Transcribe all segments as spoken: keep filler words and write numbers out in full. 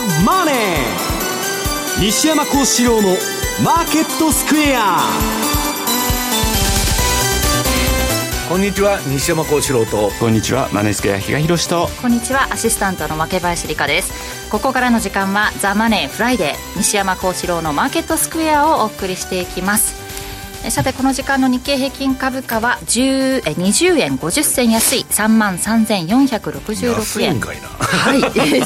マネー。西山孝四郎のマーケットスクエア。 こんにちは、西山孝四郎と。 こんにちは、マネースクエア比嘉宏と。 こんにちは、アシスタントの若林理香です。ここからの時間はザ・マネーフライデー、西山孝四郎のマーケットスクエアをお送りしていきます。さて、この時間の日経平均株価はにじゅうえんごじゅっせん安い さんまんさんぜんよんひゃくろくじゅうろくえん。 安いんかいな。 はい、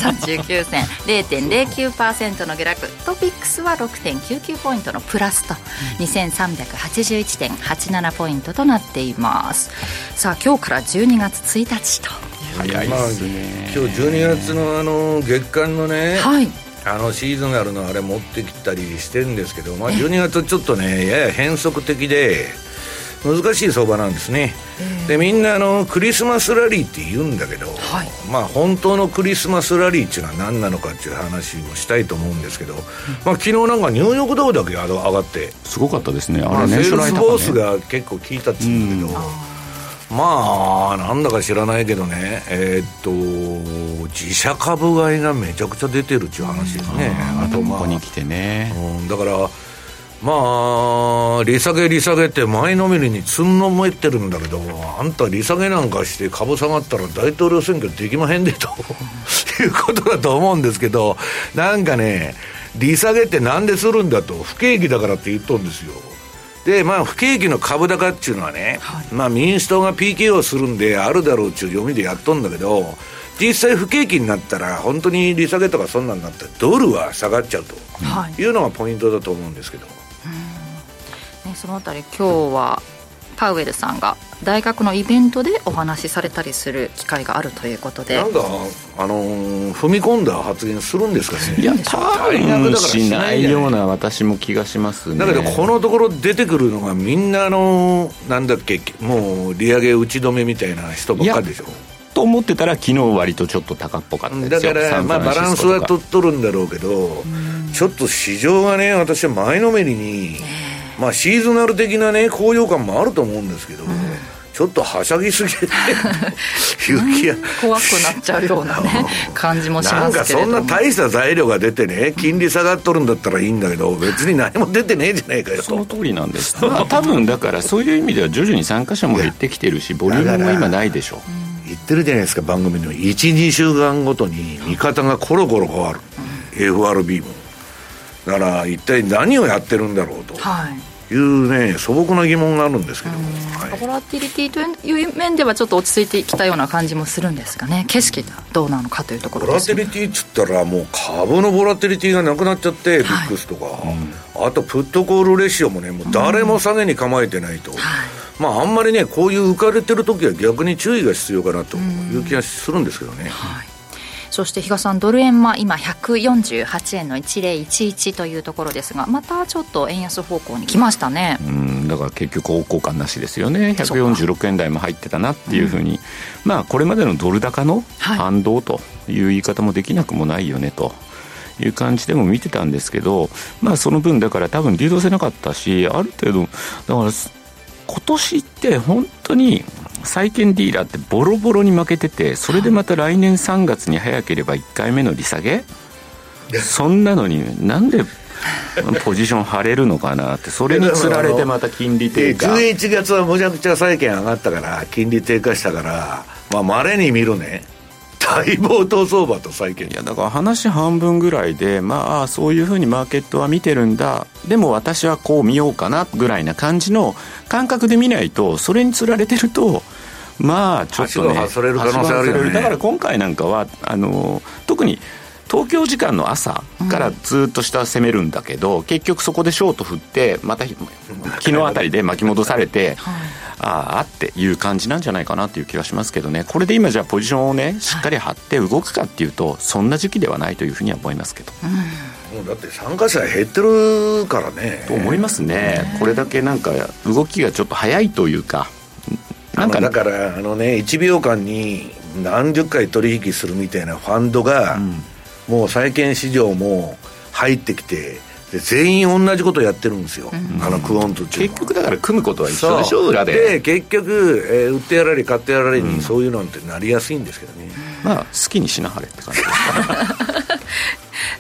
さんじゅうきゅうせん ゼロてんゼロきゅうパーセント の下落。トピックスは ろくてんきゅうきゅう ポイントのプラスと にせんさんびゃくはちじゅういちてんはちなな ポイントとなっています。さあ、今日からじゅうにがつついたちと。 早いですね。 まあ、今日じゅうにがつのあの月間のね、 はい、 あのシーズナルのあれ持ってきたりしてるんですけど、まあ、じゅうにがつちょっとねやや変則的で難しい相場なんですね。で、みんなあのクリスマスラリーって言うんだけど、 はい、 まあ本当のクリスマスラリーっていうのは何なのかっていう話もしたいと思うんですけど、まあ、昨日なんかニューヨークダウだけ上がってすごかったですね。あれ、 まあ、セールスフォースがが結構効いたって言うんだけど、まあなんだか知らないけどね、えー、っと自社株買いがめちゃくちゃ出てるっていう話ですね。あと、まあ、 ここに来てね、 うん、だからまあ利下げ利下げって前のめりにつんのめってるんだけど、あんた利下げなんかして株下がったら大統領選挙できまへんでということだと思うんですけど、なんかね、利下げってなんでするんだと、不景気だからって言っとるんですよ。で、まあ不景気の株高っていうのはね、はい、まあ民主党が ピーケーオー するんであるだろうっていう読みでやっとんだけど、実際不景気になったら本当に利下げとかそんなんなったらドルは下がっちゃうというのがポイントだと思うんですけど、 ね、そのあたり今日はパウエルさんが大学のイベントでお話しされたりする機会があるということで、 なんか、あのー、踏み込んだ発言するんですかね。 いや、多分しないような私も気がしますね。 だけどこのところ出てくるのがみんなあのー、なんだっけ、もう利上げ打ち止めみたいな人ばっかりでしょと思ってたら、昨日割とちょっと高っぽかったですよ。 だから、まあ、バランスは取っとるんだろうけど、ちょっと市場がね、私は前のめりに、まあ、シーズナル的なね高揚感もあると思うんですけど、うん、ちょっとはしゃぎすぎていう気が怖くなっちゃうようなね感じもしますけれども、 なんかそんな大した材料が出てね、金利下がっとるんだったらいいんだけど、別に何も出てねえじゃないかよと。 その通りなんです、まあ、多分だからそういう意味では徐々に参加者も減ってきてるし、ボリュームも今ないでしょう。 言ってるじゃないですか、番組の いちにしゅうかんごとに見方がコロコロ変わる、うん、エフアールビー もだから一体何をやってるんだろうと、はいいうね、素朴な疑問があるんですけど、はい、 ボラティリティという面ではちょっと落ち着いてきたような感じもするんですがね、景色がどうなのかというところですね。 ボラティリティっつったらもう株のボラティリティがなくなっちゃって、はい、ビックスとか、うん、あとプットコールレシオもね、もう誰も下げに構えてないと、うん、まああんまりねこういう浮かれてる時は逆に注意が必要かなという気がするんですけどね、うん、はい。 そして比嘉さん、ドル円は今ひゃくよんじゅうはちえんのいちぜろいちいちというところですが、またちょっと円安方向に来ましたね。 うん、だから結局方向感なしですよね。ひゃくよんじゅうろくえん台も入ってたなっていうふうに、うん、まあこれまでのドル高の反動という言い方もできなくもないよねという感じでも見てたんですけど、まあその分だから多分流動性なかったし、ある程度だから今年って本当に債券ディーラーってボロボロに負けてて、それでまた来年さんがつに早ければいっかいめの利下げ、そんなのになんでポジション張れるのかなって、それにつられてまた金利低下。 じゅういちがつはむちゃくちゃ債券上がったから金利低下したから、まあ稀に見るね大暴騰相場と債券。 いやだから話半分ぐらいで、まあそういうふうにマーケットは見てるんだ、でも私はこう見ようかなぐらいな感じの感覚で見ないと、それにつられてるとまあちょっとね外れる可能性あるよね。 だから今回なんかはあの特に東京時間の朝からずっと下攻めるんだけど、うん、結局そこでショート振ってまた昨日あたりで巻き戻されてああっていう感じなんじゃないかなっていう気はしますけどね。これで今じゃあポジションをねしっかり張って動くかっていうと、そんな時期ではないというふうには思いますけど、 うん、もうだって参加者減ってるからねと思いますね。これだけなんか動きがちょっと早いというか、 なんかだからあのねいちびょうかんに何十回取引するみたいなファンドが、うん、もう債券市場も入ってきて、で全員同じことやってるんですよ、うん、あのクオントっていうのは。 結局だから組むことは一緒でしょ、裏で。 で結局、えー、売ってやられ買ってやられに、うん、そういうのってなりやすいんですけどね、 まあ好きにしなはれって感じですか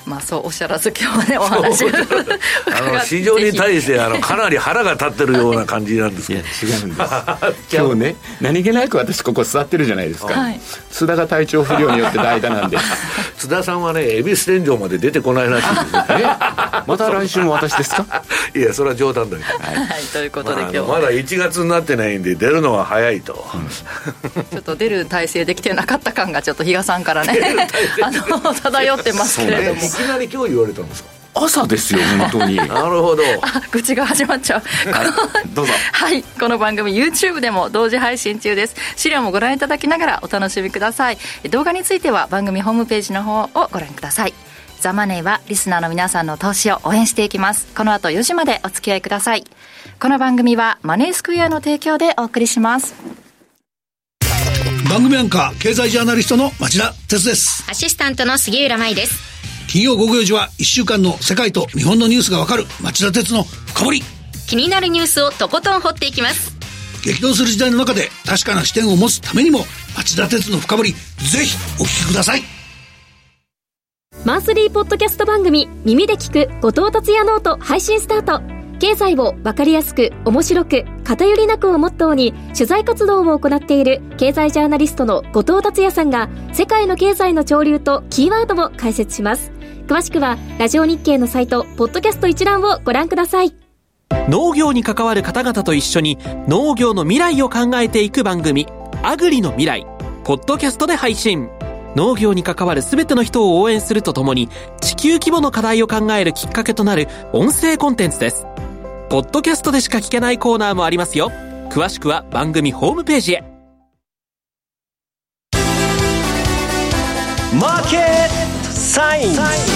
まあそうおっしゃらず今日はねお話をあの市場に対してあのかなり腹が立ってるような感じなんですけど。 いや違うんです今日ね何気なく私ここ座ってるじゃないですか、はい、津田が体調不良によって代打なんで津田さんはね恵比寿天井まで出てこないらしいですよねまた来週も私ですかいやそれは冗談だけど、 はいはい、ということで、まあ、今日はまだいちがつになってないんで出るのは早いと、 うん、ちょっと出る体制できてなかった感がちょっと比嘉さんからねあの漂ってますけれども、 いきなり今日言われたんですか。 朝ですよ本当になるほど。 あ愚痴が始まっちゃう、 はい、どうぞ。 はいこの番組 YouTube でも同時配信中です。資料もご覧いただきながらお楽しみください。動画については番組ホームページの方をご覧ください。ザ・マネーはリスナーの皆さんの投資を応援していきます。この後よじまでお付き合いください。この番組はマネースクエアの提供でお送りします。 番組アンカー経済ジャーナリストの町田哲です。 アシスタントの杉浦舞です。 金曜午後よじはいっしゅうかんの世界と日本のニュースがわかる町田哲の深掘り。 気になるニュースをとことん掘っていきます。 激動する時代の中で確かな視点を持つためにも町田哲の深掘りぜひお聞きください。 マンスリーポッドキャスト番組耳で聞く後藤達也ノート配信スタート。経済を分かりやすく面白く偏りなくをモットーに取材活動を行っている経済ジャーナリストの後藤達也さんが世界の経済の潮流とキーワードを解説します。詳しくはラジオ日経のサイトポッドキャスト一覧をご覧ください。 農業に関わる方々と一緒に農業の未来を考えていく番組アグリの未来ポッドキャストで配信。農業に関わる全ての人を応援するとともに地球規模の課題を考えるきっかけとなる音声コンテンツです。ポッドキャストでしか聞けないコーナーもありますよ。詳しくは番組ホームページへ。 マーケットサイン。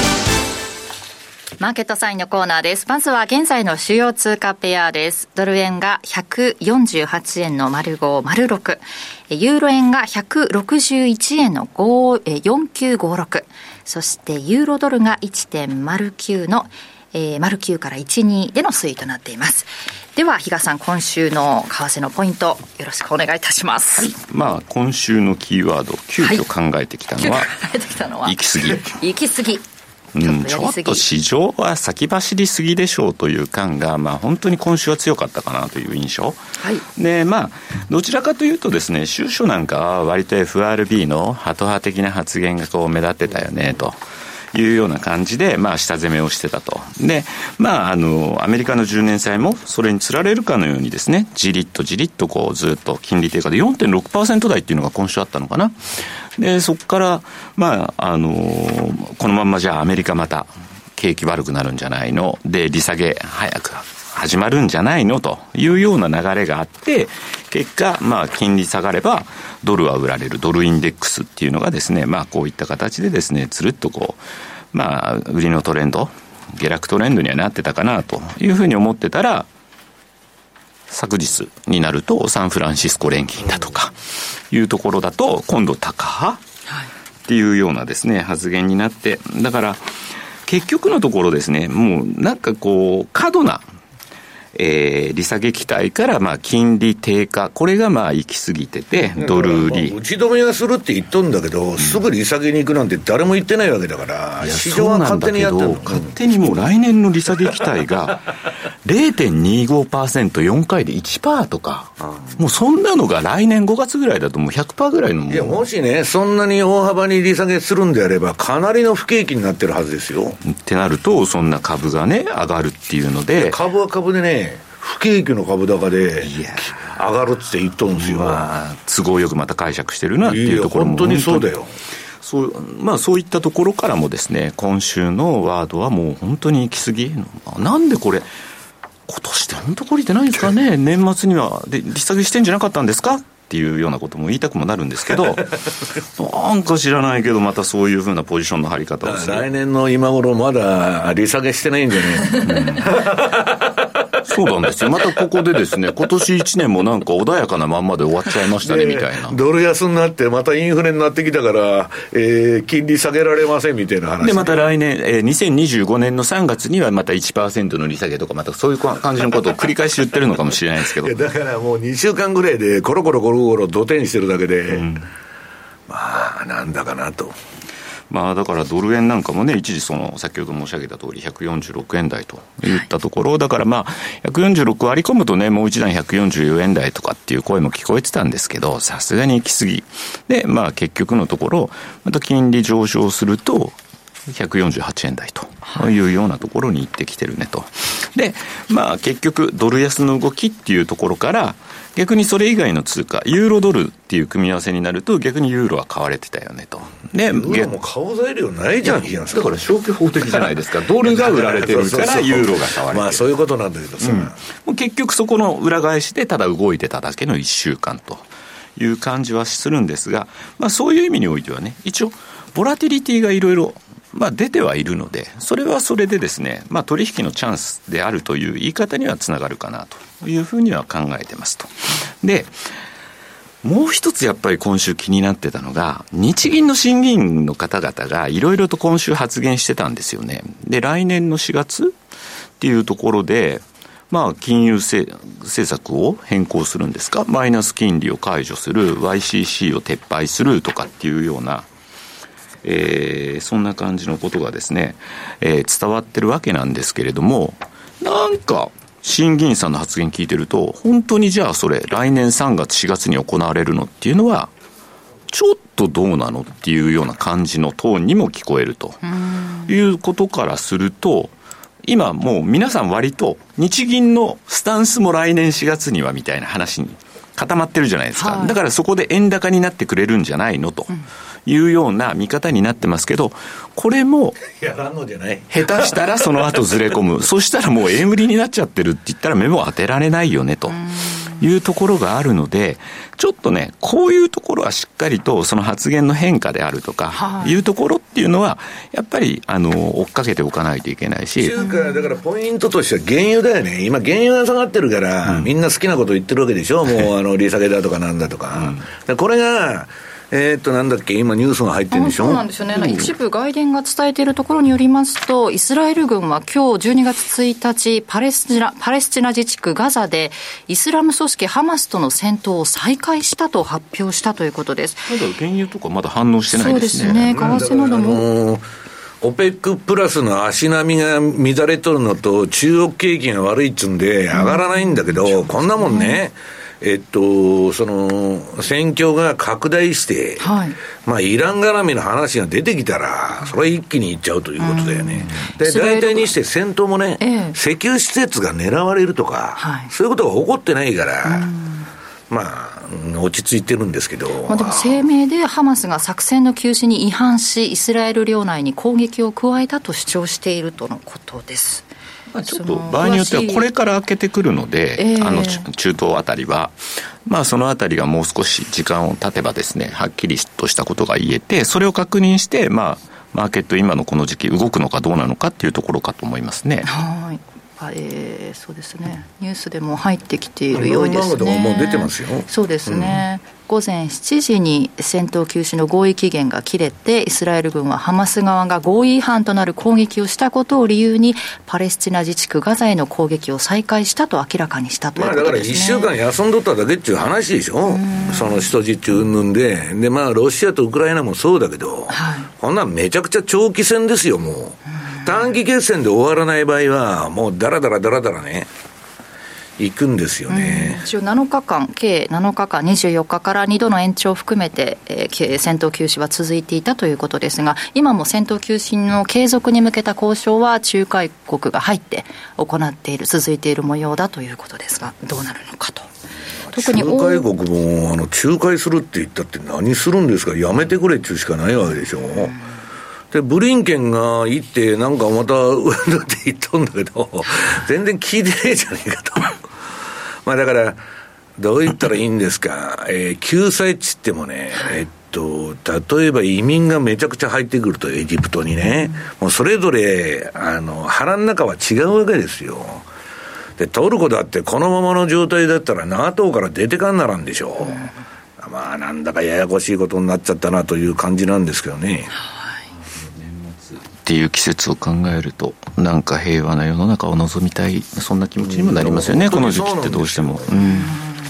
マーケットサインのコーナーです。まずは現在の主要通貨ペアです。ドル円がひゃくよんじゅうはちえんの丸ご、丸ろく、ユーロ円がひゃくろくじゅういちえんのよんきゅうごろく、そしてユーロドルが いってんまるきゅう のえー、マイナスきゅうからいちにでの推移となっています。では比嘉さん今週の為替のポイントよろしくお願いいたします。 はい、まあ今週のキーワード急遽考えてきたのは、はい、 考えてきたのは行き過ぎ行き過ぎうん、ちょっと市場は先走りすぎでしょうという感が、まあ、本当に今週は強かったかなという印象、はい、でまあどちらかというとですね週初なんかは割と エフアールビー のハト派的な発言がこう目立ってたよねというような感じで、まあ、下攻めをしてたと。で、まあ、あの、アメリカのじゅうねん債もそれにつられるかのようにですね、じりっとじりっとこう、ずっと金利低下で よんてんろくパーセント 台っていうのが今週あったのかな。で、そこから、まあ、あの、このまんまじゃあアメリカまた景気悪くなるんじゃないの。で、利下げ早く始まるんじゃないのというような流れがあって、結果、まあ、金利下がれば、ドルは売られる、ドルインデックスっていうのがですね、まあ、こういった形でですね、つるっとこう、まあ、売りのトレンド、下落トレンドにはなってたかなというふうに思ってたら、昨日になると、サンフランシスコ連銀だとか、いうところだと、今度高派っていうようなですね、発言になって、だから、結局のところですね、もうなんかこう、過度な、えー、利下げ期待からまあ金利低下、これがまあ行き過ぎてて、ドル売り、 打ち止めはするって言っとんだけど、うん、すぐ利下げに行くなんて誰も言ってないわけだから、市場は勝手にやってるの。 勝手にもう来年の利下げ期待が れいてんにごパーセント、よんかいで いちパーセント とか、もうそんなのが来年ごがつぐらいだともう ひゃくパーセント ぐらいのもん。 いや、もしね、そんなに大幅に利下げするんであれば、かなりの不景気になってるはずですよ。 ってなると、そんな株がね、上がるっていうので、 株は株でね、不景気の株高で上がるって言っとるんですよ。 まあ、都合よくまた解釈してるなっていうところも。 いや、本当にそうだよ。 そう、まあそういったところからもですね、今週のワードはもう本当に行き過ぎ。なんでこれ、今年って本当懲りてないんですかね。年末にはで利下げしてんじゃなかったんですかっていうようなことも言いたくもなるんですけどなんか知らないけどまたそういうふうなポジションの張り方をする。 来年の今頃まだ利下げしてないんじゃねえ、うんそうなんですよ。またここでですね、今年いちねんもなんか穏やかなまんまで終わっちゃいましたねみたいな。 ドル安になってまたインフレになってきたから、えー、金利下げられませんみたいな話で、また来年、えー、にせんにじゅうごねんのさんがつにはまた いちパーセント の利下げとか、またそういう感じのことを繰り返し言ってるのかもしれないですけどだからもうにしゅうかんぐらいでコロコロコロコロ土手にしてるだけで、うん、まあなんだかなと。 まあ、だからドル円なんかもね、一時その先ほど申し上げた通りひゃくよんじゅうろくえん台といったところ、はい、だからまあひゃくよんじゅうろく割り込むとね、もう一段ひゃくよんじゅうよえん台とかっていう声も聞こえてたんですけど、さすがに行き過ぎで、まあ結局のところまた金利上昇するとひゃくよんじゅうはちえん台というようなところに行ってきてるねと。で、まあ結局ドル安の動きっていうところから逆にそれ以外の通貨ユーロドルっていう組み合わせになると逆にユーロは買われてたよねと。で、 ユーロも顔材料ないじゃん。いやだから消去法的じゃないですか。ドルが売られてるからユーロが買われてる。 まあそういうことなんだけどさ、うん、もう結局そこの裏返しでただ動いてただけのいっしゅうかんという感じはするんですが、まあそういう意味においてはね、一応ボラティリティがいろいろまあ出てはいるので、それはそれでですね、まあ取引のチャンスであるという言い方にはつながるかなというふうには考えてますと。で、もう一つやっぱり今週気になってたのが、日銀の審議員の方々がいろいろと今週発言してたんですよね。で、来年のしがつっていうところで、まあ金融政策を変更するんですか、マイナス金利を解除する、ワイシーシー を撤廃するとかっていうような、えー、そんな感じのことがですね、えー、伝わってるわけなんですけれども、なんか審議員さんの発言聞いてると、本当にじゃあそれ来年さんがつしがつに行われるのっていうのはちょっとどうなのっていうような感じのトーンにも聞こえるということからすると、今もう皆さん割と日銀のスタンスも来年しがつにはみたいな話に固まってるじゃないですか、はい、だからそこで円高になってくれるんじゃないのというような見方になってますけど、これもやらんのじゃない、 下手したらその後ずれ込むそしたらもう円売りになっちゃってるって言ったら目も当てられないよねというところがあるので、ちょっとね、こういうところはしっかりとその発言の変化であるとかいうところっていうのはやっぱりあの追っかけておかないといけないし、 中華だからポイントとしては原油だよね。今原油が下がってるから、うん、みんな好きなこと言ってるわけでしょ。もうあの利下げだとかなんだとか、うん、これがえー、っとなんだっけ、今ニュースが入ってるんでしょ。 そうなんですよね、うん、一部外電が伝えているところによりますと、イスラエル軍は今日じゅうにがつついたちパレスチナ、パレスチナ自治区ガザでイスラム組織ハマスとの戦闘を再開したと発表したということです。 まだ原油とかまだ反応してないですね。 そうですね、為替などもオペックプラスの足並みが乱れとるのと中国景気が悪いっつうんで上がらないんだけど、うん、こんなもんね、えっと、その戦況が拡大して、はい、まあイラン絡みの話が出てきたらそれは一気にいっちゃうということだよね。で、大体にして戦闘もね、ええ、石油施設が狙われるとか、はい、そういうことが起こってないから、まあ落ち着いてるんですけど、 まあ、でも声明でハマスが作戦の休止に違反しイスラエル領内に攻撃を加えたと主張しているとのことです。 ちょっと場合によってはこれから開けてくるので、えー、あの中東あたりは、まあそのあたりがもう少し時間を経てばですね、はっきりとしたことが言えて、それを確認して、まあマーケット今のこの時期動くのかどうなのかっていうところかと思いますね。 はい。えー、そうですね、ニュースでも入ってきているようですね。 もう出てますよ。 そうですね、うん、午前しちじに戦闘休止の合意期限が切れて、イスラエル軍はハマス側が合意違反となる攻撃をしたことを理由にパレスチナ自治区ガザへの攻撃を再開したと明らかにしたということですね。まあ、だからいっしゅうかん休んどっただけっていう話でしょ。その人質云々で、でまあロシアとウクライナもそうだけど、はい、こんなんめちゃくちゃ長期戦ですよ。もう短期決戦で終わらない場合はもうダラダラダラダラね行くんですよね。うん、一応なのかかん、計なのかかん、にじゅうよっかからにどの延長を含めて、えー、戦闘休止は続いていたということですが、今も戦闘休止の継続に向けた交渉は仲介国が入って行っている、続いている模様だということですが、どうなるのかと。 特に仲介国もあの仲介するって言ったって何するんですか。やめてくれっていうしかないわけでしょ。うん、でブリンケンが行ってなんかまたうわんだって言っとんだけど全然聞いてねえじゃねえかとまあだからどう言ったらいいんですか、えー、救済っつってもね、えっと例えば移民がめちゃくちゃ入ってくるとエジプトにね、もうそれぞれあの腹の中は違うわけですよ。でトルコだってこのままの状態だったら NATO から出てかんならんでしょう。まあなんだかややこしいことになっちゃったなという感じなんですけどね。 っていう季節を考えるとなんか平和な世の中を望みたい、そんな気持ちにもなりますよね、この時期ってどうしても。うん、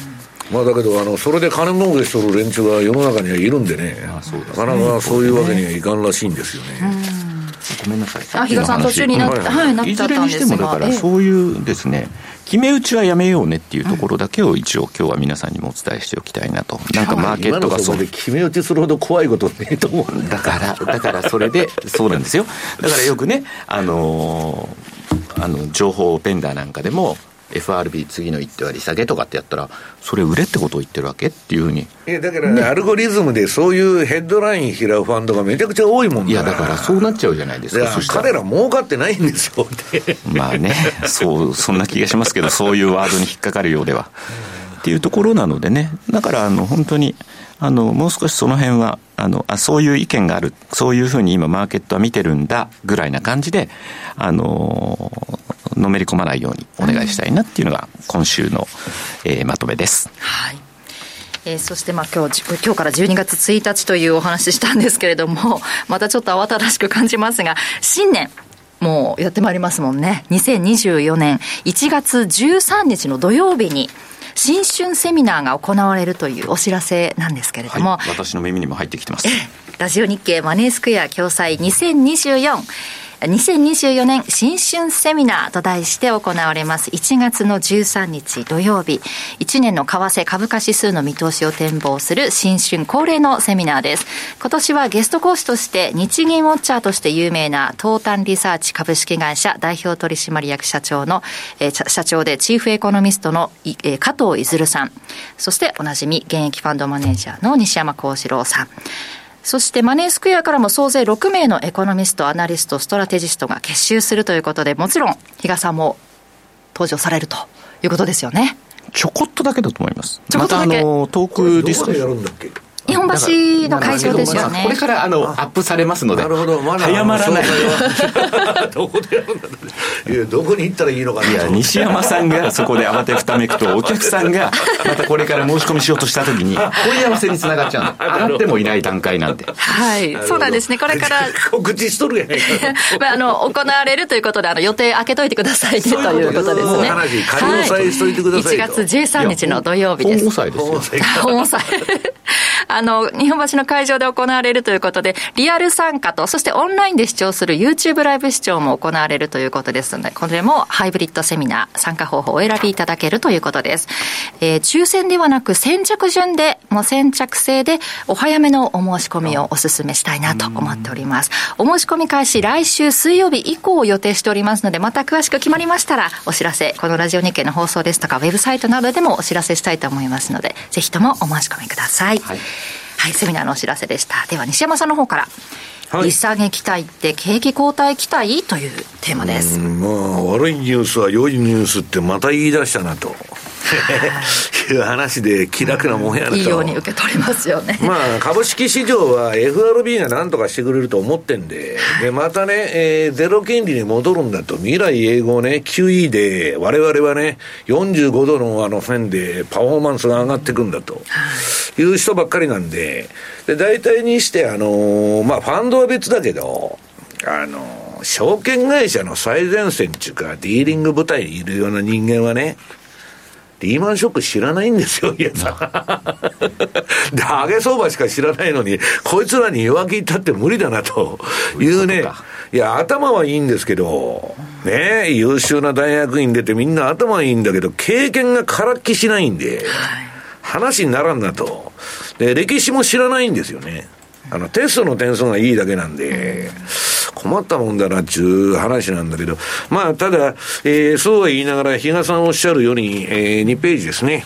まあだけどあのそれで金儲けしとる連中が世の中にはいるんでね、あそうですね、なかなかそういうわけにはいかんらしいんですよね。 ごめんなさい。 あ、比嘉さん途中になって、はい、なっちゃったんですが、いずれにしてもだからそういうですね、決め打ちはやめようねっていうところだけを一応今日は皆さんにもお伝えしておきたいなと。なんかマーケットがそうで決め打ちするほど怖いことねえと思う。 だからだからそれでそうなんですよ。だからよくね、あのー、あの情報ペンダーなんかでもエフアールビー 次の一手は利下げとかってやったら、それ売れってことを言ってるわけっていうふうに。 いやだから、ね、アルゴリズムでそういうヘッドライン拾うファンドがめちゃくちゃ多いもんだから。 いやだからそうなっちゃうじゃないですか。 そしたら彼ら儲かってないんですよってまあね、そうそんな気がしますけど、そういうワードに引っかかるようではっていうところなのでね。だからあの本当にあのもう少しその辺はあのあそういう意見がある、そういうふうに今マーケットは見てるんだぐらいな感じで、あののめり込まないようにお願いしたいなっていうのが今週の、えー、まとめです。 はい。えー、そしてまあ今日今日からじゅうにがつついたちというお話したんですけれども、またちょっと慌ただしく感じますが、新年もうやってまいりますもんね。にせんにじゅうよねんいちがつじゅうさんにちの土曜日に新春セミナーが行われるというお知らせなんですけれども、 はい、私の耳にも入ってきてます。 ラジオ日経マネースクエア共催にせんにじゅうよんにせんにじゅうよねん新春セミナーと題して行われます。いちがつのじゅうさんにち土曜日、いちねんの為替株価指数の見通しを展望する新春恒例のセミナーです。今年はゲスト講師として日銀ウォッチャーとして有名な東端リサーチ株式会社代表取締役社長の、えー、社長でチーフエコノミストの、えー、加藤出さん、そしておなじみ現役ファンドマネージャーの西山幸四郎さん、そしてマネースクエアからも総勢ろくめいのエコノミスト、アナリスト、ストラテジストが結集するということで、もちろん比嘉さんも登場されるということですよね。 ちょこっとだけだと思います。 ちょこっとだけ。 またあのトークディスカッション日本橋の会場ですよね。 これからあのアップされますので、 なるほど、まだ早まらないどこでやるんだいやどこに行ったらいいのかな。 いや西山さんがそこで慌てふためくと、お客さんがまたこれから申し込みしようとしたときに問い合わせにつながっちゃうの。上がってもいない段階なんで。 はい、そうなんですね。これから告知しとるやないかまあ、あの行われるということで、あの予定開けといてくださいねということですね。 仮押さえしといてくださいと。 いちがつじゅうさんにちの土曜日です。 本押さえですよ。 本押さえあの日本橋の会場で行われるということで、リアル参加と、そしてオンラインで視聴する YouTube ライブ視聴も行われるということですので、これもハイブリッドセミナー参加方法をお選びいただけるということです。えー、抽選ではなく先着順で、もう先着制でお早めのお申し込みをお勧めしたいなと思っております。お申し込み開始来週水曜日以降を予定しておりますので、また詳しく決まりましたらお知らせ、このラジオ日経の放送ですとかウェブサイトなどでもお知らせしたいと思いますので、ぜひともお申し込みください。はい、はい、セミナーのお知らせでした。では西山さんの方から、はい、利下げ期待って景気後退期待というテーマです。 うん、まあ悪いニュースは良いニュースってまた言い出したなという話で気楽なもんやなと、 いいように受け取りますよね。 まあ株式市場は エフアールビー が何とかしてくれると思ってんで、でまたね、えー、ゼロ金利に戻るんだと、未来永劫ね キューイー で我々はねよんじゅうごどのあの線でパフォーマンスが上がってくんだという人ばっかりなんで、で大体にしてあのー、まあファンドは別だけど、あのー、証券会社の最前線っていうかディーリング部隊にいるような人間はね、リーマンショック知らないんですよ、いやさで上げ相場しか知らないのにこいつらに弱気言ったって無理だなというね。いや頭はいいんですけどね、優秀な大学院出てみんな頭はいいんだけど経験がからっきしないんで話にならんなと。で歴史も知らないんですよね。あのテストの点数がいいだけなんで困ったもんだなっていう話なんだけど、まあただ、えー、そうは言いながら比嘉さんおっしゃるように、えー、にページですね。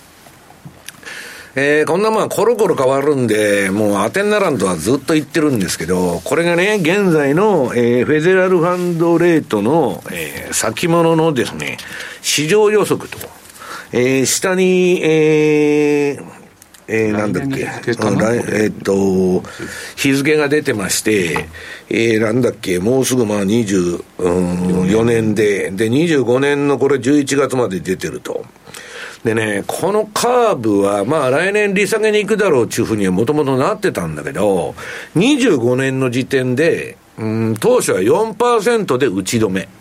えー、こんなまあコロコロ変わるんでもう当てにならんとはずっと言ってるんですけど、これがね現在の、えー、フェデラルファンドレートの、えー、先物のですね市場予測と、えー、下に、えーえー、なんだっけ、えー、っと日付が出てまして、えー、なんだっけ、もうすぐまあにじゅうよねんででにじゅうごねんのこれじゅういちがつまで出てると。でね、このカーブはまあ来年利下げに行くだろうっていうふうにはもともとなってたんだけど、にじゅうごねんの時点で、うん、当初は よんパーセント で打ち止め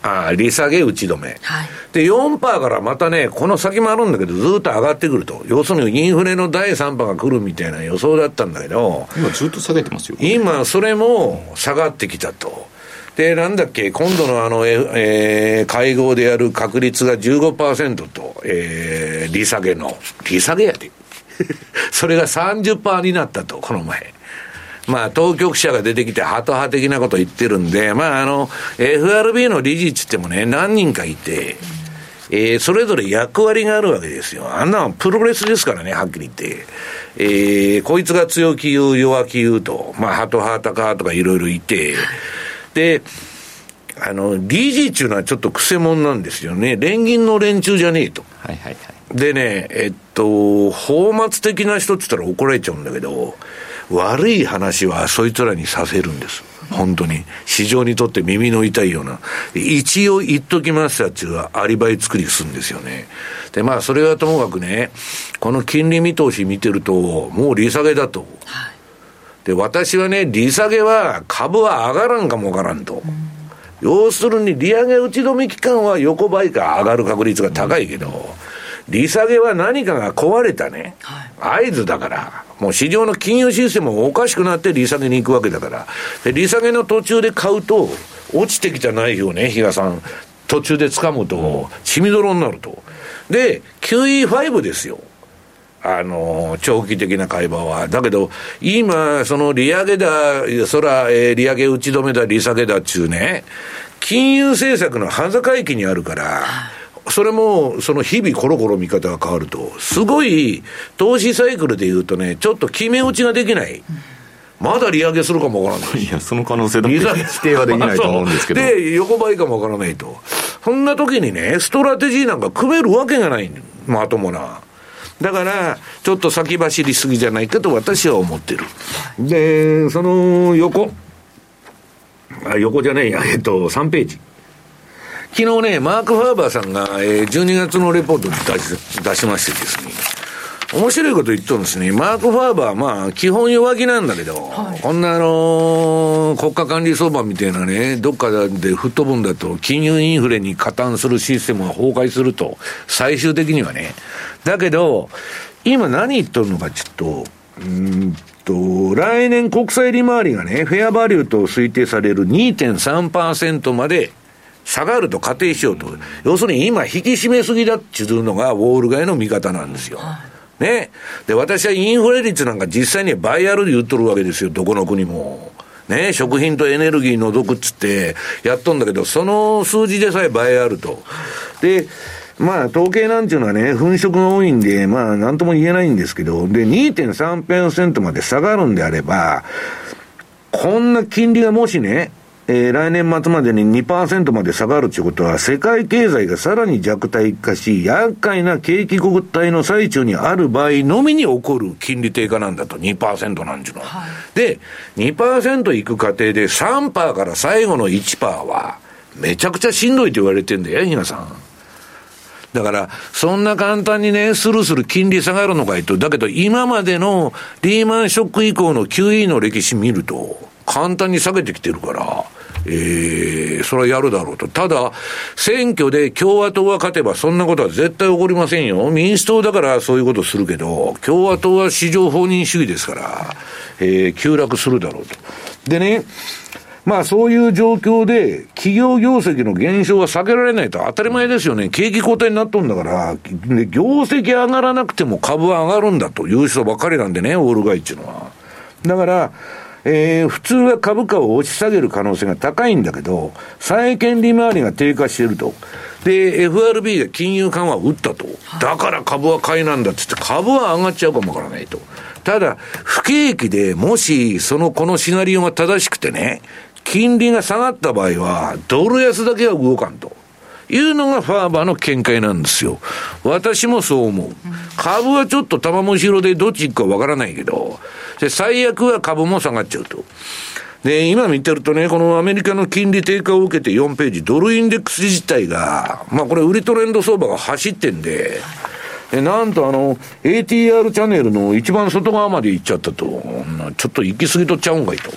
あ利下げ打ち止め、はい、で よんパーセント からまたねこの先もあるんだけどずっと上がってくると、要するにインフレのだいさん波が来るみたいな予想だったんだけど、 今ずっと下げてますよ。 今それも下がってきたと。でなんだっけ今度のあの、えー、会合でやる確率が じゅうごパーセント と、えー、利下げの利下げやでそれが さんじゅっパーセント になったと。この前まあ当局者が出てきてハト派的なこと言ってるんで、まああの エフアールビー の理事っつってもね何人かいて、えー、それぞれ役割があるわけですよ。あんなのプロレスですからね、はっきり言って、えー、こいつが強気言う弱気言うと、まあハト派タカ派とかいろいろいて、であの理事っていうのはちょっとクセモンなんですよね。連銀の連中じゃねえと。 はいはいはい。 でねえっと泡沫的な人って言ったら怒られちゃうんだけど、悪い話はそいつらにさせるんです。本当に市場にとって耳の痛いような、一応言っときますっていうアリバイ作りするんですよね。でまあそれはともかくね、この金利見通し見てるともう利下げだと、はい、で私はね利下げは株は上がらんかもわからんと、うん、要するに利上げ打ち止め期間は横ばいか上がる確率が高いけど、うん、利下げは何かが壊れたね、はい、合図だから、もう市場の金融システムもおかしくなって利下げに行くわけだから、で利下げの途中で買うと落ちてきた内容ね、比嘉さん途中で掴むと血みどろになると。で キューイーファイブ ですよ、あの長期的な会話は。だけど今その利上げだそら、えー、利上げ打ち止めだ利下げだっちゅうね、金融政策の端境期にあるから、それもその日々コロコロ見方が変わると、すごい投資サイクルでいうとねちょっと決め打ちができない、うん、まだ利上げするかもわからない。 いやその可能性だって否定はできないと思うんですけどで横ばいかもわからないと。そんな時にねストラテジーなんか組めるわけがない、まともな。だからちょっと先走りすぎじゃないかと私は思ってる。でその横あ横じゃないやえっとさんページ、昨日ねマーク・ファーバーさんが、えー、じゅうにがつのレポートを出し、出しましてですね、面白いこと言っとるんですね。マーク・ファーバーはまあ基本弱気なんだけど、はい、こんなあのー、国家管理相場みたいなねどっかで吹っ飛ぶんだと金融インフレに加担するシステムが崩壊すると、最終的にはね。だけど今何言っとるのかちょっとうーんと来年国債利回りがねフェアバリューと推定される にてんさんパーセント まで下がると仮定しようと。要するに今引き締めすぎだっていうのがウォール街の見方なんですよ。ね。で、私はインフレ率なんか実際には倍あるで言っとるわけですよ。どこの国も。ね。食品とエネルギー除くっつってやっとんだけど、その数字でさえ倍あると。で、まあ統計なんていうのはね、粉飾が多いんで、まあなんとも言えないんですけど、で、にてんさんパーセント まで下がるんであれば、こんな金利がもしね、えー、来年末までに にパーセント まで下がるということは、世界経済がさらに弱体化し、厄介な景気後退の最中にある場合のみに起こる金利低下なんだと、にパーセント なんていうのは、はい、で にパーセント いく過程で さんパーセント から最後の いちパーセント はめちゃくちゃしんどいと言われてんだよ、皆さん。だからそんな簡単にねスルスル金利下がるのかいと。だけど今までのリーマンショック以降の キューイー の歴史見ると簡単に下げてきてるから、えー、それはやるだろうと。ただ選挙で共和党が勝てばそんなことは絶対起こりませんよ。民主党だからそういうことするけど、共和党は市場放任主義ですから、えー、急落するだろうと。でね、まあそういう状況で企業業績の減少は避けられないと当たり前ですよね。景気後退になっとんだから、で業績上がらなくても株は上がるんだという人ばっかりなんでね、オール買いっていうのは。だから、えー、普通は株価を押し下げる可能性が高いんだけど、債券利回りが低下していると。で、エフアールビー が金融緩和を打ったと。だから株は買いなんだって言って株は上がっちゃうかもわからないと。ただ、不景気でもしそのこのシナリオが正しくてね、金利が下がった場合はドル安だけは動かんというのがファーバーの見解なんですよ。私もそう思う。株はちょっと玉虫色でどっち行くかわからないけど、で最悪は株も下がっちゃうと。で今見てるとね、このアメリカの金利低下を受けてよんページ、ドルインデックス自体がまあこれ売りトレンド相場が走ってんで、でなんとあの エーティーアール チャンネルの一番外側まで行っちゃったと。ちょっと行き過ぎとっちゃうんかいと。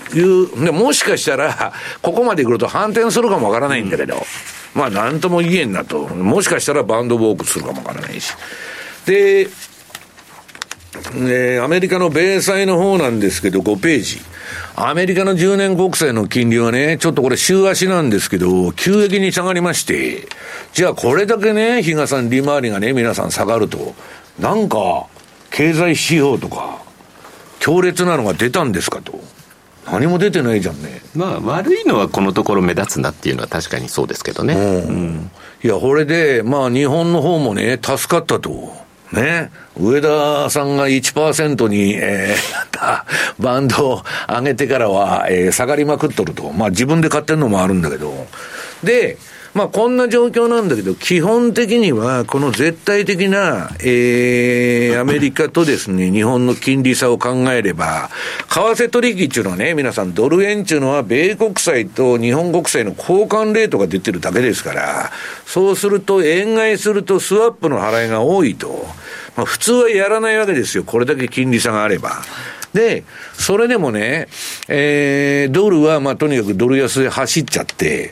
いう、でもしかしたら、ここまで来ると反転するかもわからないんだけど、うん、まあなんとも言えんなと。もしかしたらバンドウォークするかもわからないし。で、ね、アメリカの米債の方なんですけど、ごページ。アメリカのじゅうねん国債の金利はね、ちょっとこれ週足なんですけど、急激に下がりまして、じゃあこれだけね、比嘉さん利回りがね、皆さん下がると、なんか、経済指標とか、強烈なのが出たんですかと。何も出てないじゃんね。 まあ悪いのはこのところ目立つなっていうのは確かにそうですけどね。うんうん、いや、これで、まあ日本の方もね、助かったと。ね、上田さんが いちパーセント に、えー、なんか、バンドを上げてからは、えー、下がりまくっとると。まあ自分で買ってるのもあるんだけど。で、まあこんな状況なんだけど、基本的には、この絶対的な、えー、アメリカとですね、日本の金利差を考えれば、為替取引っていうのはね、皆さんドル円っていうのは、米国債と日本国債の交換レートが出てるだけですから、そうすると、円買いするとスワップの払いが多いと。まあ普通はやらないわけですよ。これだけ金利差があれば。で、それでもね、えー、ドルは、まあとにかくドル安で走っちゃって、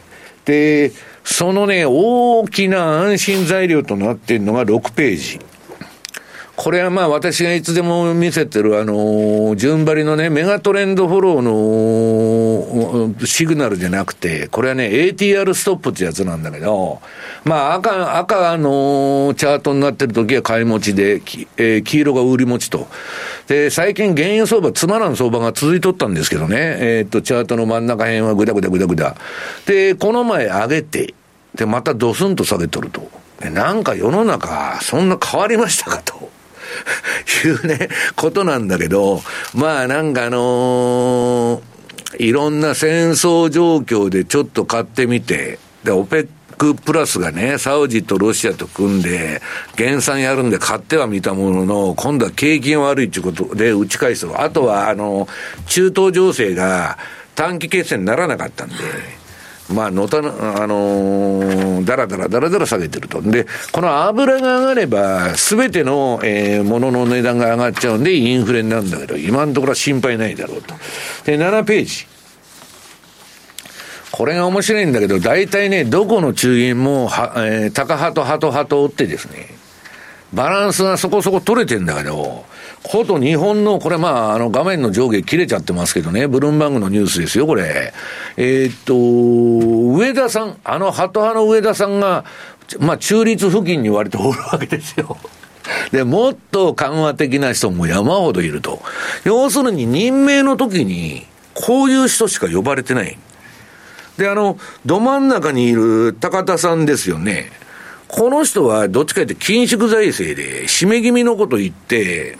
で、そのね、大きな安心材料となっているのがろくページ。これはまあ私がいつでも見せてるあの、順張りのね、メガトレンドフォローのシグナルじゃなくて、これはね、エーティーアール ストップってやつなんだけど、まあ赤、赤のチャートになってる時は買い持ちで、えー、黄色が売り持ちと。で、最近原油相場、つまらん相場が続いとったんですけどね、えー、っと、チャートの真ん中辺はぐだぐだぐだぐだ。で、この前上げて、で、またドスンと下げとると。なんか世の中、そんな変わりましたかと。いうね、ことなんだけど、まあなんかあのー、いろんな戦争状況でちょっと買ってみて、で、オペックプラスがね、サウジとロシアと組んで、減産やるんで買ってはみたものの、今度は景気が悪いっていうことで打ち返す。あとは、あの、中東情勢が短期決戦にならなかったんで、まあ、のたな、あのー、だらだらだらだら下げてると。で、この油が上がれば、すべての、えー、ものの値段が上がっちゃうんで、インフレになるんだけど、今のところは心配ないだろうと。で、ななページ。これが面白いんだけど、大体ね、どこの中銀も、は、えー、高派とハト派と追ってですね、バランスがそこそこ取れてんだけど、こと日本の、これまあ、あの画面の上下切れちゃってますけどね、ブルームバーグのニュースですよ、これ。えー、っと、上田さん、あのハト派の上田さんが、まあ中立付近に割とおるわけですよ。で、もっと緩和的な人も山ほどいると。要するに任命の時に、こういう人しか呼ばれてない。で、あの、ど真ん中にいる高田さんですよね。この人はどっちかというと緊縮財政で締め気味のこと言って、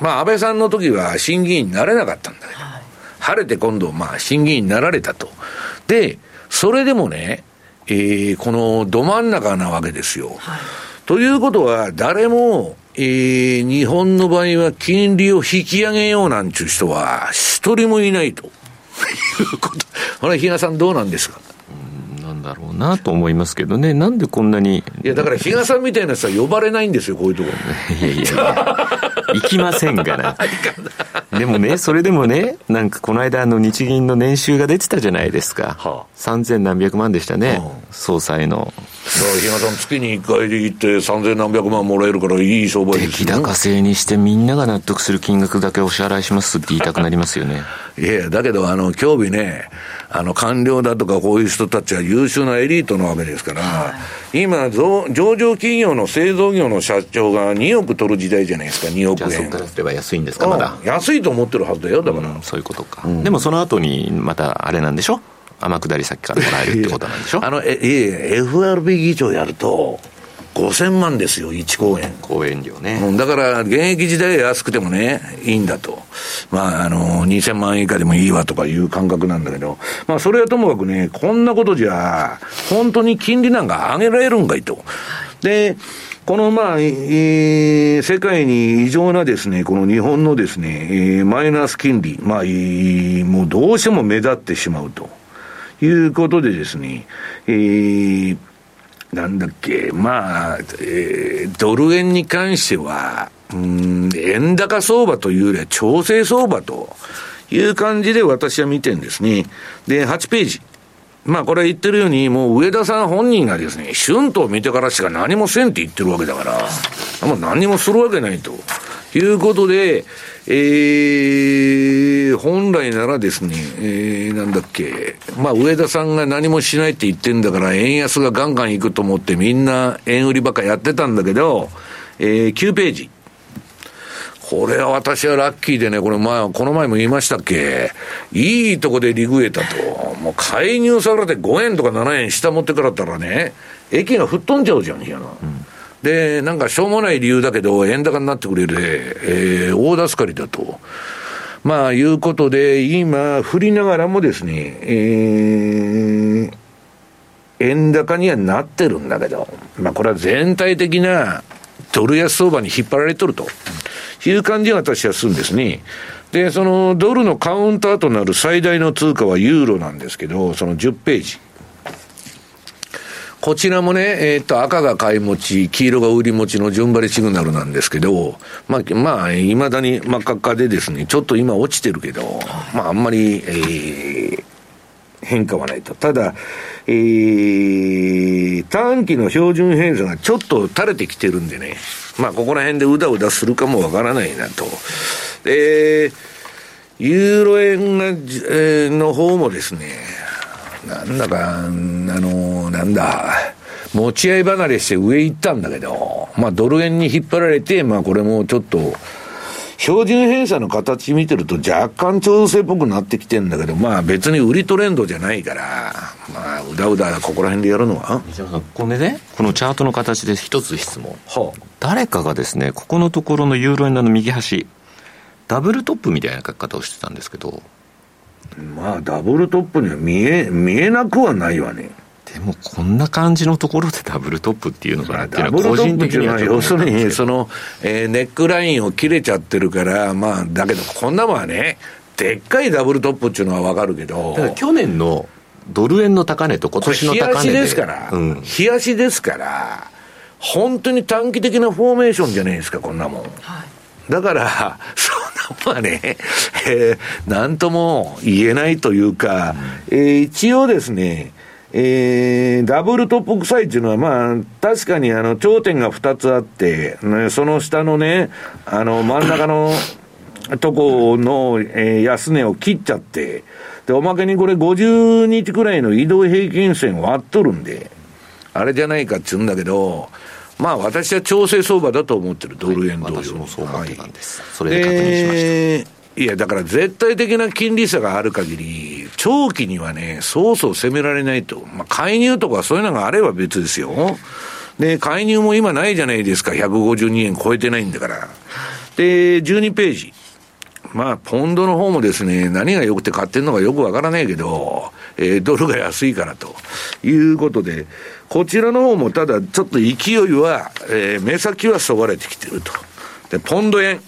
まあ安倍さんの時は審議員になれなかったんだけど、はい、晴れて今度まあ審議員になられたと。で、それでもね、えー、このど真ん中なわけですよ。はい、ということは誰も、えー、日本の場合は金利を引き上げようなんちゅう人は一人もいないということ。これ、比嘉さんどうなんですか？ だろうなと思いますけどね。なんでこんなに。 いやだから比嘉さんみたいな人は呼ばれないんですよ、こういうところに。 いやいやいや行きませんがな。でもね、それでもね、なんかこの間あの日銀の年収が出てたじゃないですか。はあ、三千何百万でしたね、はあ、総裁の。だから比嘉さん月にいっかいで行って三千何百万もらえるからいい商売ですよ。 出来高制にしてみんなが納得する金額だけお支払いしますって言いたくなりますよね。 いやだけどあの今日ね、あの官僚だとかこういう人たちは優秀なエリートなわけですから、はい、今上場企業の製造業の社長がにおく取る時代じゃないですか。におくえん。 じゃあそこからすれば安いんですか、まだ。 安いと思ってるはずだよ、だから、 うん、そういうことか、うん、でもその後にまたあれなんでしょ、天下り先からもらえるってことなんでしょ。 あのええ エフアールビー 議長やるとごせんまんですよ、いち講演。 講演料ね、 うん、だから現役時代は安くてもねいいんだと。まああのにせんまんえん以下でもいいわとかいう感覚なんだけど、まあそれはともかくね、こんなことじゃ本当に金利なんか上げられるんかいと。でこのまあ、えー、世界に異常なですね、この日本のですね、えー、マイナス金利、まあ、えー、もうどうしても目立ってしまうということでですね、えー、なんだっけ、まあ、えー、ドル円に関しては、うーん、円高相場というよりは調整相場という感じで私は見てるんですね。で、はちページ。まあこれ言ってるように、もう上田さん本人がですね、春闘を見てからしか何もせんって言ってるわけだから、もう何もするわけないということで、えー、本来ならですね、えー、なんだっけ、まあ上田さんが何もしないって言ってんだから、円安がガンガンいくと思ってみんな円売りばっかやってたんだけど、えー、きゅうページ。これは私はラッキーでね、これまあ、この前も言いましたっけ、いいとこでリグえたと。もう介入されてごえんとかななえん下持ってからったらね、駅が吹っ飛んじゃうじゃん、いやな。うん、で、なんかしょうもない理由だけど、円高になってくれる、えー、大助かりだと。まあ、いうことで、今、振りながらもですね、えー、円高にはなってるんだけど、まあ、これは全体的なドル安相場に引っ張られとると。いう感じが私はするんですね。で、そのドルのカウンターとなる最大の通貨はユーロなんですけど、そのじゅっページ。こちらもね、えっと、赤が買い持ち、黄色が売り持ちの順張りシグナルなんですけど、まあ、まあ、未だに真っ赤っかでですね、ちょっと今落ちてるけど、まあ、あんまり、えー、変化はないと。ただ、えー、短期の標準偏差がちょっと垂れてきてるんでね、まあ、ここら辺でうだうだするかもわからないなと。で、ユーロ円が、えー、の方もですね、なんだか、あの、なんだ、持ち合い離れして上行ったんだけど、まあ、ドル円に引っ張られて、まあ、これもちょっと、標準偏差の形見てると若干調整っぽくなってきてんだけど、まあ別に売りトレンドじゃないから、まあうだうだここら辺でやるのは。 西山さん、これね、このチャートの形で一つ質問。はあ、誰かがですね、ここのところのユーロ円の右端、ダブルトップみたいな書き方をしてたんですけど。 まあダブルトップには見え、見えなくはないわね。 でもこんな感じのところでダブルトップっていうのかなっていうのは個人的には要するにその、えー、ネックラインを切れちゃってるから、まあだけどこんなもんはね、でっかいダブルトップっていうのはわかるけど、 ただ去年のドル円の高値と今年の高値で、 これ冷やしですから、うん、冷やしですから本当に短期的なフォーメーションじゃないですか、こんなもん、はい、だからそんなもんはね、えー、なんとも言えないというか、うん、えー、一応ですね、えー、ダブルトップ臭いっていうのは、まあ、確かにあの、頂点がふたつあって、ね、その下のね、あの、真ん中のとこの、えー、安値を切っちゃって、で、おまけにこれごじゅうにちくらいの移動平均線を割っとるんで、あれじゃないかって言うんだけど、まあ私は調整相場だと思ってる、ドル円同様、はい、 私もそう思ってたんです。はい、それで確認しました。えーいや、だから絶対的な金利差がある限り、長期にはね、そうそう攻められないと。まあ、介入とかそういうのがあれば別ですよ。で、介入も今ないじゃないですか。ひゃくごじゅうにえん超えてないんだから。で、じゅうにページ。まあ、ポンドの方もですね、何が良くて買ってんのかよくわからないけど、えー、ドルが安いからということで、こちらの方もただちょっと勢いは、えー、目先はそがれてきてると。で、ポンド円。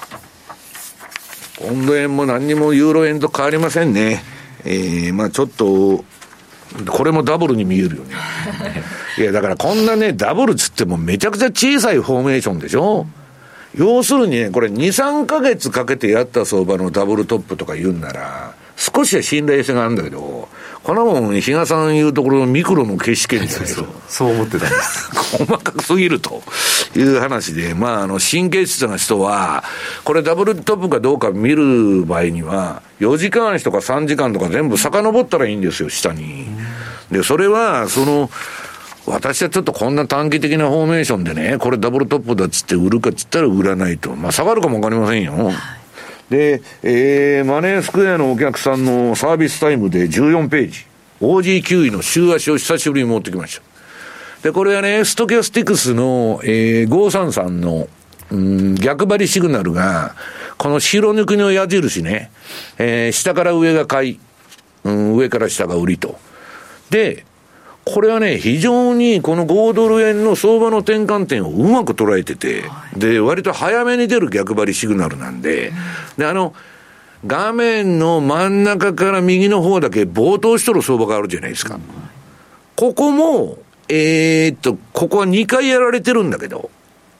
ポンド円も何にもユーロ円と変わりませんね。えー、まあちょっと、これもダブルに見えるよね。いや、だからこんなね、ダブルつってもめちゃくちゃ小さいフォーメーションでしょ。要するにね、これに、さんかげつかけてやった相場のダブルトップとか言うんなら、少しは信頼性があるんだけど、こんなもん、比嘉さん言うところのミクロの決死権じゃないですか。 そう思ってたんです。 細かくすぎるという話で、まあ、あの、神経質な人は、これダブルトップかどうか見る場合には、よじかん足とかさんじかんとか全部遡ったらいいんですよ、下に。で、それは、その、私はちょっとこんな短期的なフォーメーションでね、これダブルトップだっつって売るかっつったら売らないと。まあ、下がるかもわかりませんよ。で、えー、マネースクエアのお客さんのサービスタイムでじゅうよんページ、オージーキューイー の週足を久しぶりに持ってきました。で、これはね、ストキャスティクスの、えー、ごさんさんの、うん、逆張りシグナルが、この白抜きの矢印ね、えー、下から上が買い、うん、上から下が売りと。で、これはね、非常にこのごドル円の相場の転換点をうまく捉えてて、で、割と早めに出る逆張りシグナルなんで、で、あの、画面の真ん中から右の方だけ暴騰しとる相場があるじゃないですか。ここも、えーっと、ここはにかいやられてるんだけど、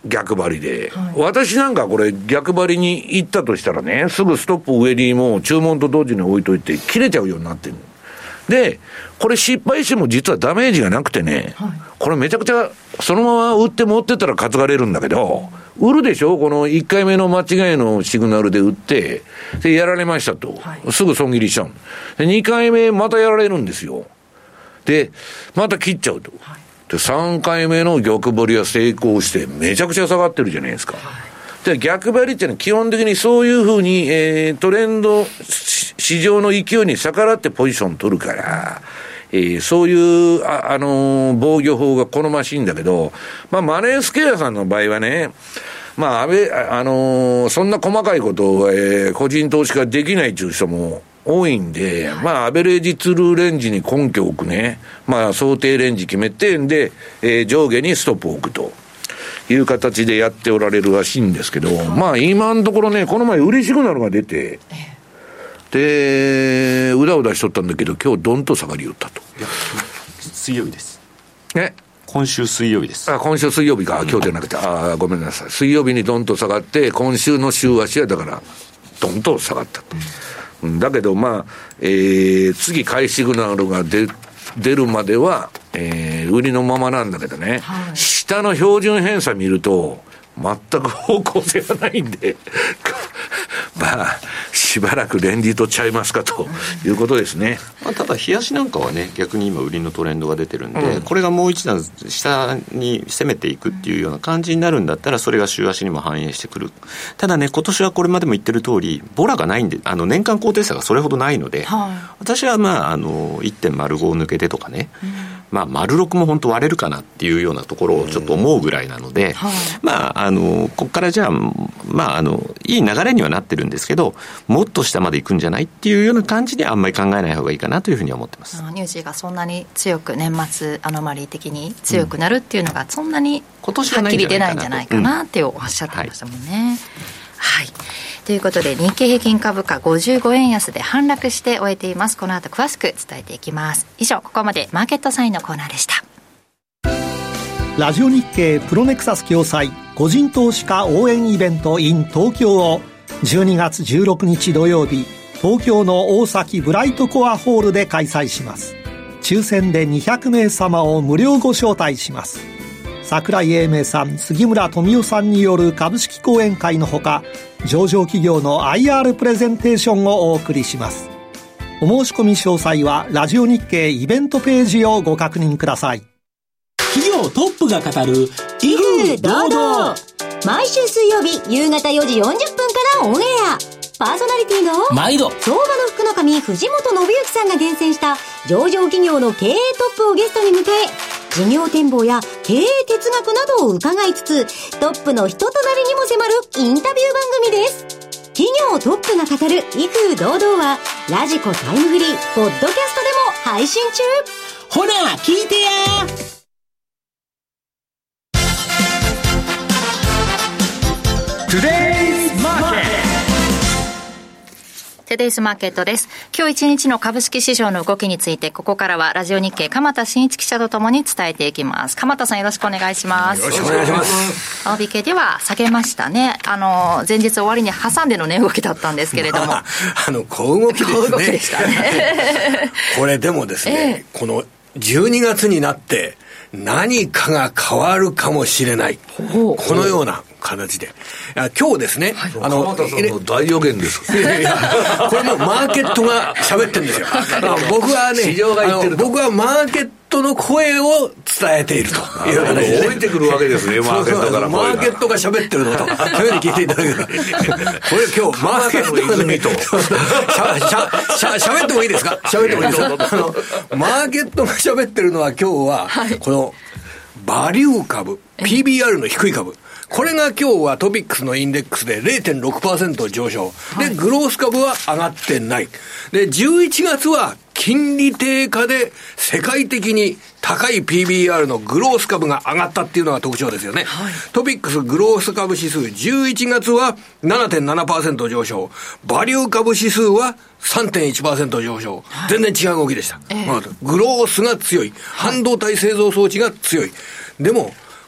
逆張りで、はい、私なんかこれ逆張りに行ったとしたらね、すぐストップ上にもう注文と同時に置いといて切れちゃうようになってる。でこれ失敗しても実はダメージがなくてね、はい、これめちゃくちゃそのまま売って持ってたら担がれるんだけど、売るでしょ、このいっかいめの間違いのシグナルで売ってでやられましたと、はい、すぐ損切りしちゃう。でにかいめまたやられるんですよ。でまた切っちゃうと、はい、でさんかいめの逆張りは成功してめちゃくちゃ下がってるじゃないですか、はい、で逆張りっていうのは基本的にそういうふうに、えー、トレンド市場の勢いに逆らってポジション取るから、えー、そういう、あ、あのー、防御法が好ましいんだけど、まあ、マネースケアさんの場合はね、まあ、あべ、あのー、そんな細かいことを、えー、個人投資家できないという人も多いんで、まあ、アベレージツルーレンジに根拠を置くね、まあ、想定レンジ決めて、で、えー、上下にストップを置くという形でやっておられるらしいんですけど、まあ、今のところね、この前売りシグナルが出て、でうだうだしとったんだけど今日ドンと下がりよったと。いや水曜日ですね、 今週水曜日です。 あ今週水曜日か、今日じゃなくて、うん、あごめんなさい、水曜日にドンと下がって今週の週足はだからドンと下がったと、うん、だけどまあ、えー、次買いシグナルが出出るまでは、えー、売りのままなんだけどね、はい、下の標準偏差見ると全く方向性がないんでまあしばらくレンジとちゃいますかということですね、 まあ、ただ冷やしなんかはね逆に今売りのトレンドが出てるんで、うん、これがもう一段下に攻めていくっていうような感じになるんだったらそれが週足にも反映してくる。ただね今年はこれまでも言ってる通りボラがないんで、あの年間高低差がそれほどないので、はい、私はまあ、あの いってんまるご 抜けてとかね、うんまあ、丸ろくも本当割れるかなっていうようなところをちょっと思うぐらいなので、うんはい、まあ、あの、ここからじゃあ、まあ、あの、いい流れにはなってるんですけど、もっと下まで行くんじゃないっていうような感じにはあんまり考えない方がいいかなというふうには思ってます。 ニュージーがそんなに強く、年末アノマリー的に強くなるっていうのがそんなにはっきり出ないんじゃないかなっておっしゃってましたもんね。はい。ということで日経平均株価ごじゅうごえん安で反落して終えています。この後詳しく伝えていきます。以上、ここまでマーケットサインのコーナーでした。 ラジオ日経プロネクサス共催個人投資家応援イベント in 東京をじゅうにがつじゅうろくにち土曜日、東京の大崎ブライトコアホールで開催します。抽選でにひゃくめい様を無料ご招待します。櫻井英明さん、杉村富夫さんによる株式講演会のほか、上場企業の アイアール プレゼンテーションをお送りします。お申し込み詳細はラジオ日経イベントページをご確認ください。 企業トップが語る威風堂々、 毎週水曜日夕方よじよんじゅっぷんからオンエア。パーソナリティの毎度相場の福の神藤本信之さんが厳選した上場企業の経営トップをゲストに迎え、事業展望や経営哲学などを伺いつつ、トップの人となりにも迫るインタビュー番組です。企業トップが語る威風堂々はラジコタイムフリーポッドキャストでも配信中。 ほら聞いてや。 Today's Market。トゥデイズマーケットです。今日一日の株式市場の動きについて、ここからはラジオ日経鎌田新一記者とともに伝えていきます。鎌田さん、よろしくお願いします。 よろしくお願いします。 青引けでは下げましたね。あの前日終わりに挟んでの値動きだったんですけれども、まあ、 あの小動きですね。 小動きでしたねこれでもですね、えー、このじゅうにがつになって何かが変わるかもしれない、このような形で、今日ですね、 はい、あの鎌田さんの大予言です。 いやいやこれもマーケットが喋ってるんですよ。僕はね、 市場が言ってると、 僕はマーケットの声を伝えているという形で、 ね、降りてくるわけですね、マーケットからマーケットが喋ってるのとそういうふうに聞いていただければこれ今日マーケットの泉としゃしゃしゃしゃべってもいいですか。しゃべってもいいですか。あのマーケットが喋ってるのは今日は、はい、このバリュー株 ピービーアール の低い株、これが今日はトピックスのインデックスで れいてんろくパーセント 上昇、はい、でグロース株は上がってない。でじゅういちがつは金利低下で世界的に高い ピービーアール のグロース株が上がったっていうのが特徴ですよね、はい、トピックスグロース株指数じゅういちがつは ななてんななパーセント 上昇、バリュー株指数は さんてんいちパーセント 上昇、はい、全然違う動きでした、えーまあ、グロースが強い、半導体製造装置が強い。でも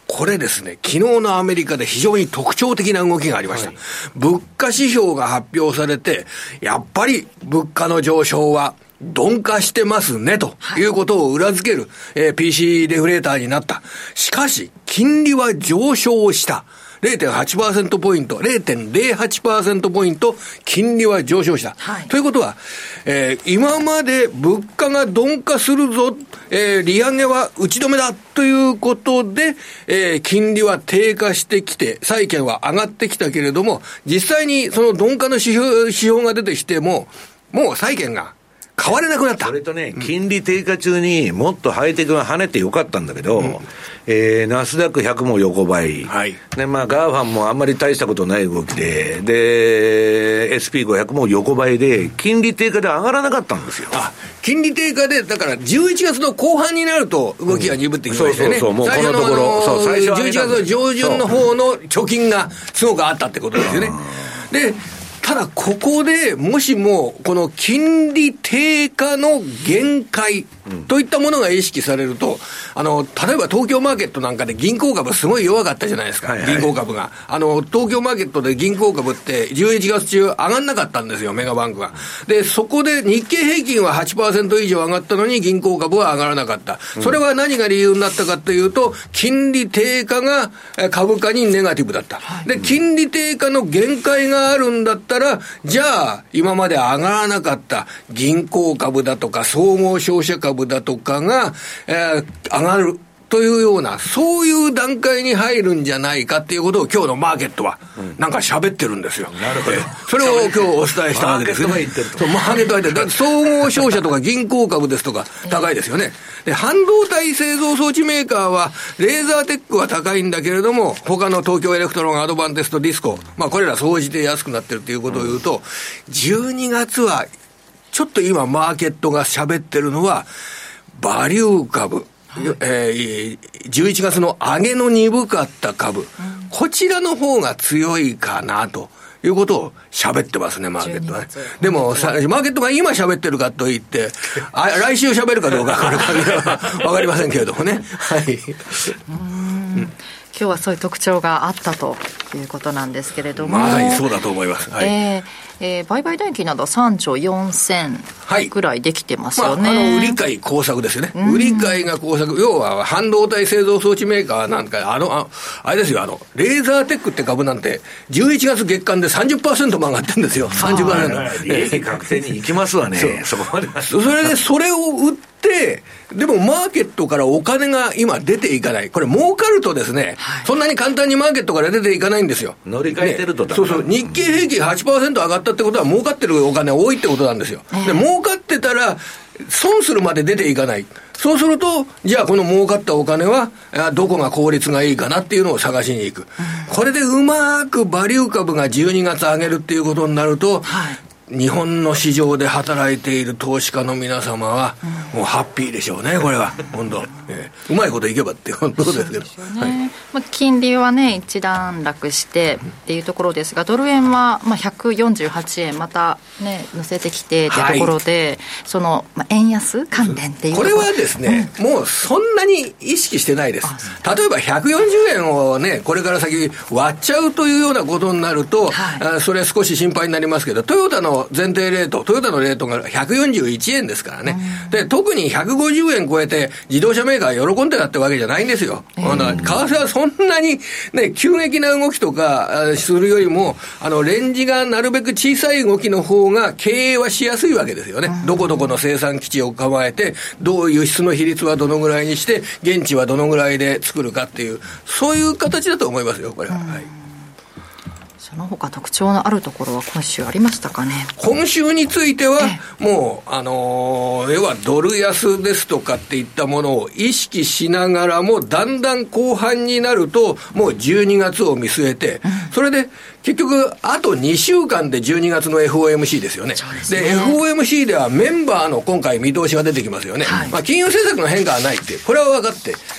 これですね、昨日のアメリカで非常に特徴的な動きがありました。はい、物価指標が発表されて、やっぱり物価の上昇は鈍化してますね、ということを裏付ける、はいえー、ピーシー デフレーターになった。しかし、金利は上昇した。ゼロてんはちパーセント ポイント、ゼロてんゼロはちパーセント ポイント、金利は上昇した。はい、ということは、えー、今まで物価が鈍化するぞ、えー、利上げは打ち止めだということで、えー、金利は低下してきて、債券は上がってきたけれども、実際にその鈍化の指標、指標が出てきても、もう債券が買われなくなった。 それとね、金利低下中にもっとハイテクが跳ねてよかったんだけど、うんえー、ナスダックひゃくも横ばい、はいでまあ、ガーファンもあんまり大したことない動きで、で エスピーごひゃく も横ばいで、金利低下で上がらなかったんですよ。 あ金利低下で、だからじゅういちがつの後半になると動きが鈍ってきましたよね、うん、そうそうそう、もうこのところ、そう最初じゅういちがつの上旬の方の貯金がすごくあったってことですよね。でただここでもしもこの金利低下の限界といったものが意識されると、あの例えば東京マーケットなんかで銀行株すごい弱かったじゃないですか、はいはい、銀行株があの東京マーケットで銀行株ってじゅういちがつ中上がんなかったんですよ、メガバンクが。でそこで日経平均は はちパーセント 以上上がったのに銀行株は上がらなかった。それは何が理由になったかというと、金利低下が株価にネガティブだった。で金利低下の限界があるんだったら、じゃあ今まで上がらなかった銀行株だとか総合商社株だとかが、えー、上がるというような、そういう段階に入るんじゃないかっていうことを今日のマーケットはなんか喋ってるんですよ、うん、なるほど。それを今日お伝えしたわけですね。マーケットが言ってると。マーケットが言ってる。だって総合商社とか銀行株ですとか高いですよね。で半導体製造装置メーカーはレーザーテックは高いんだけれども、他の東京エレクトロン、アドバンテスト、ディスコ、まあこれら総じて安くなってるっていうことを言うと、じゅうにがつはちょっと今マーケットが喋ってるのはバリュー株、はいえー、じゅういちがつの上げの鈍かった株、うん、こちらの方が強いかなということを喋ってますね、マーケットはね。でもさ、マーケットが今喋ってるかといってあ来週喋るかどうかこれから分かりませんけれどもね。はい。うーん今日はそういう特徴があったということなんですけれども、 まあ、そうだと思います、はいえーえー、売買代金などさんちょうよんせんぐらいできてますよね、 はいまあ、あの売り買い工作ですよね、うん、売り買いが工作、要は半導体製造装置メーカーなんかあの あ, あれですよ、あのレーザーテックって株なんてじゅういちがつ月間で さんじゅっパーセント も上がってるんですよ。 さんじゅっパーセント、はいはい、 利益確定に行きますわね。そこまでそれでそれを売ってでもマーケットからお金が今出ていかない。これ儲かるとですね、はい、そんなに簡単にマーケットから出ていかないんですよ。 乗り換えてるとだ、 ね、そうそう、日経平均 はちパーセント 上がったってことは儲かってるお金多いってことなんですよ。で儲かってたら損するまで出ていかない。そうするとじゃあこの儲かったお金はどこが効率がいいかなっていうのを探しに行く、うん、これでうまくバリュー株がじゅうにがつ上げるっていうことになると、はい日本の市場で働いている投資家の皆様はもうハッピーでしょうね、これは本当、えー、うまいこといけばって本当ですけど、 ねはいまあ、金利はね一段落してっていうところですが、ドル円はまあひゃくよんじゅうはちえんまたね乗せてきてっていうところで、はい、その、まあ、円安関連っていうこれはですね、うん、もうそんなに意識してないです。例えばひゃくよんじゅうえんをねこれから先割っちゃうというようなことになると、はい、あそれは少し心配になりますけど、トヨタの前提レート、トヨタのレートがひゃくよんじゅういちえんですからね、うん、で特にひゃくごじゅうえん超えて自動車メーカー喜んでたってわけじゃないんですよ、えー、為替はそんなに、ね、急激な動きとかするよりもあのレンジがなるべく小さい動きの方が経営はしやすいわけですよね、うん、どこどこの生産基地を構えてどう輸出の比率はどのぐらいにして現地はどのぐらいで作るかっていう、そういう形だと思いますよこれは、うんはい。 その他特徴のあるところは今週ありましたかね。 今週についてはもうあのー、要はドル安ですとかっていったものを意識しながらもだんだん後半になるともうじゅうにがつを見据えて、うん、それで結局あとにしゅうかんでじゅうにがつの エフオーエムシー ですよね。そうですね。で エフオーエムシー ではメンバーの今回見通しが出てきますよね、はいまあ、金融政策の変化はないってこれは分かって、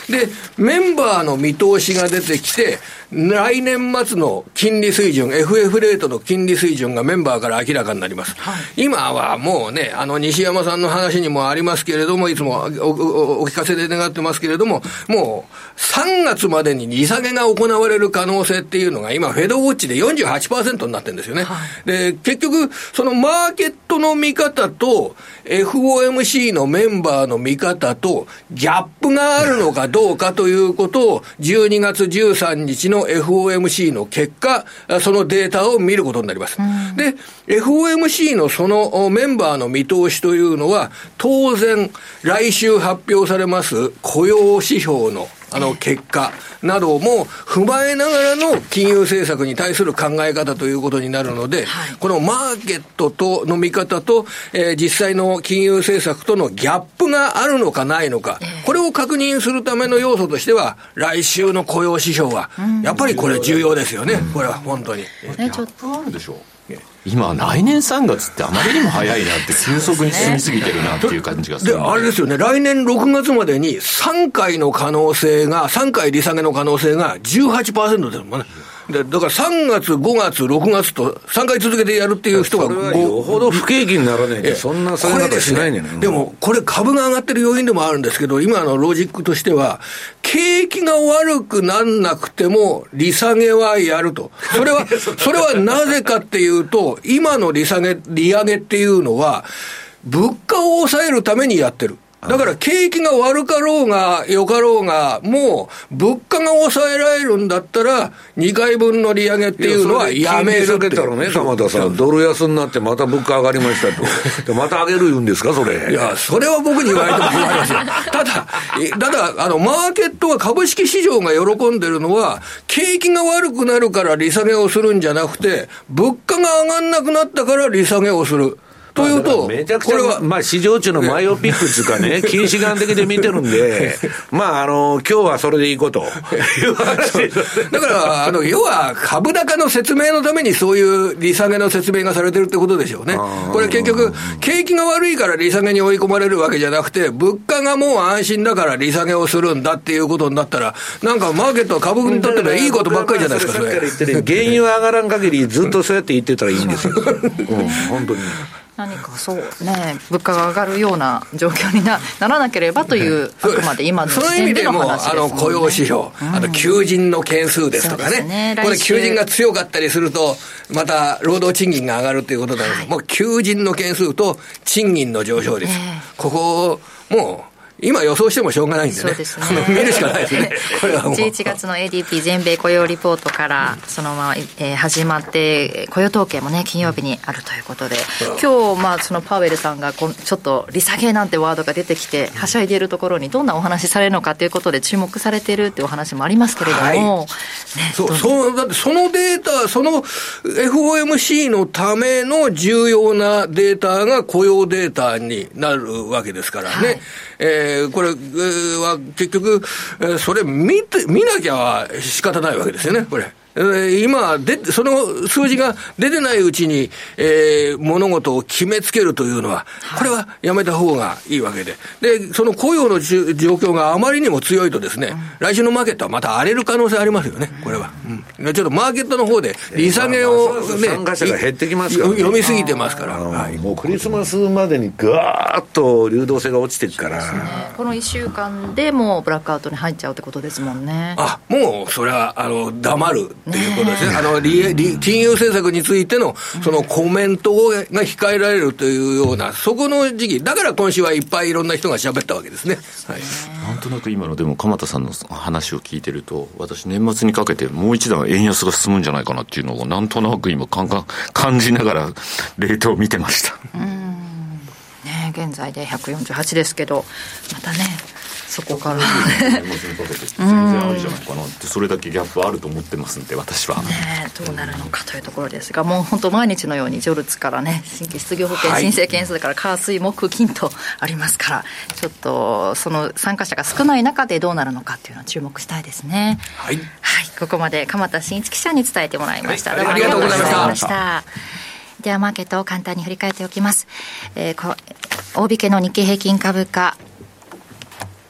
で、メンバーの見通しが出てきて、来年末の金利水準、エフエフ レートの金利水準がメンバーから明らかになります。はい、今はもうね、あの、西山さんの話にもありますけれども、いつも お, お, お聞かせで願ってますけれども、もう、さんがつまでに利下げが行われる可能性っていうのが、今、フェドウォッチで よんじゅうはちパーセント になってるんですよね。はい、で、結局、そのマーケットの見方と、エフオーエムシー のメンバーの見方と、ギャップがあるのかどうかということを、じゅうにがつじゅうさんにちの エフオーエムシー の結果、そのデータを見ることになります。うん、で、エフオーエムシー のそのメンバーの見通しというのは、当然、来週発表されます雇用指標のあの結果なども踏まえながらの金融政策に対する考え方ということになるので、はい、このマーケットとの見方と、えー、実際の金融政策とのギャップがあるのかないのか、これを確認するための要素としては、来週の雇用指標はやっぱりこれ重要ですよね。うん、これは本当に。 ね、ちょっとあるでしょう。今来年さんがつってあまりにも早いなって、急速に進みすぎてるなっていう感じがする。 で、あれですよね、来年ろくがつまでにさんかいの可能性が、さんかい利下げの可能性が じゅうはちパーセント ですもんね。で、だからさんがつ、ごがつ、ろくがつとさんかい続けてやるっていう人がそれはよほど不景気にならないで、そんな下げ方しないね。 でもこれ株が上がってる要因でもあるんですけど、今のロジックとしては、景気が悪くなんなくても利下げはやると。それはそれはなぜかっていうと、今の利下げ利上げっていうのは物価を抑えるためにやってる。だから景気が悪かろうが良かろうが、もう物価が抑えられるんだったらにかいぶんの利上げっていうのはやめるって。 金利下げたらね、鎌田さん、ドル安になってまた物価上がりましたと。また上げる言うんですか、それ。 いや、それは僕に言われても困りますよ。ただ、ただ、あの、マーケットは株式市場が喜んでるのは、景気が悪くなるから利下げをするんじゃなくて、物価が上がんなくなったから利下げをする。というと、 めちゃくちゃ、これは、まあ、市場中のマイオピックっていうかね、近視眼的で見てるんで、まあ、あの、今日はそれでいいこと。 だから、あの、要は、株高の説明のためにそういう利下げの説明がされてるってことでしょうね。これ結局、景気が悪いから利下げに追い込まれるわけじゃなくて、物価がもう安心だから利下げをするんだっていうことになったら、なんかマーケットは株にとってはいいことばっかりじゃないですか、それ。 さっきから言ってね、原油上がらん限りずっとそうやって言ってたらいいんですよ。うん、本当に。 何かそうね、物価が上がるような状況に な, ならなければという、あくまで今の時点での話です、ね、 その意味でも、あの雇用指標、うん、あと求人の件数ですとか ね, ね、これ求人が強かったりすると、また労働賃金が上がるということなので、はい、もう求人の件数と賃金の上昇率、えー、ここをもう今予想してもしょうがないんでね。 そうですね。 あの見るしかないですね。これはもう。 じゅういちがつの エーディーピー 全米雇用リポートからそのまま、えー、始まって雇用統計もね金曜日にあるということで、今日まあそのパウエルさんがこちょっと利下げなんてワードが出てきてはしゃいでいるところにどんなお話されるのかということで注目されているっていうお話もありますけれども、はい、ね、 そうそうだってそのデータ、その エフオーエムシー のための重要なデータが雇用データになるわけですからね。はい、えー、これ、えーは結局、えー、それ見て見なきゃ仕方ないわけですよね、これ。今でその数字が出てないうちに、えー、物事を決めつけるというのはこれはやめた方がいいわけで、でその雇用の状況があまりにも強いとですね、うん、来週のマーケットはまた荒れる可能性ありますよね、これは、うん、ちょっとマーケットの方で利下げを、ね、 参加者が減ってきますからね、 読みすぎてますから、 はい、もうクリスマスまでにガーッと流動性が落ちてるから、 ね、このいっしゅうかんでもうブラックアウトに入っちゃうってことですもんね。 あ、もうそれはあの黙るっていうことですね。あの利利金融政策についてのそのコメントが控えられるというような、そこの時期だから今週はいっぱいいろんな人が喋ったわけですね。はい、 なんとなく今のでも鎌田さんの話を聞いてると、私年末にかけてもう一段円安が進むんじゃないかなっていうのをなんとなく今感じながらレートを見てました。 うん、ね、現在でひゃくよんじゅうはちですけど、またねそこから全然ありじゃないかなって、それだけギャップあると思ってますんで私は、 ね、どうなるのかというところですが、もう本当毎日のようにジョルツからね、新規失業保険申請件数から火水木金とありますから、ちょっとその参加者が少ない中でどうなるのかっていうのは注目したいですね。 はい、はい、 ここまで鎌田新一記者に伝えてもらいました、 はい、どうもありがとうございました。 ではマーケットを簡単に振り返っておきます。えー、大引けの日経平均株価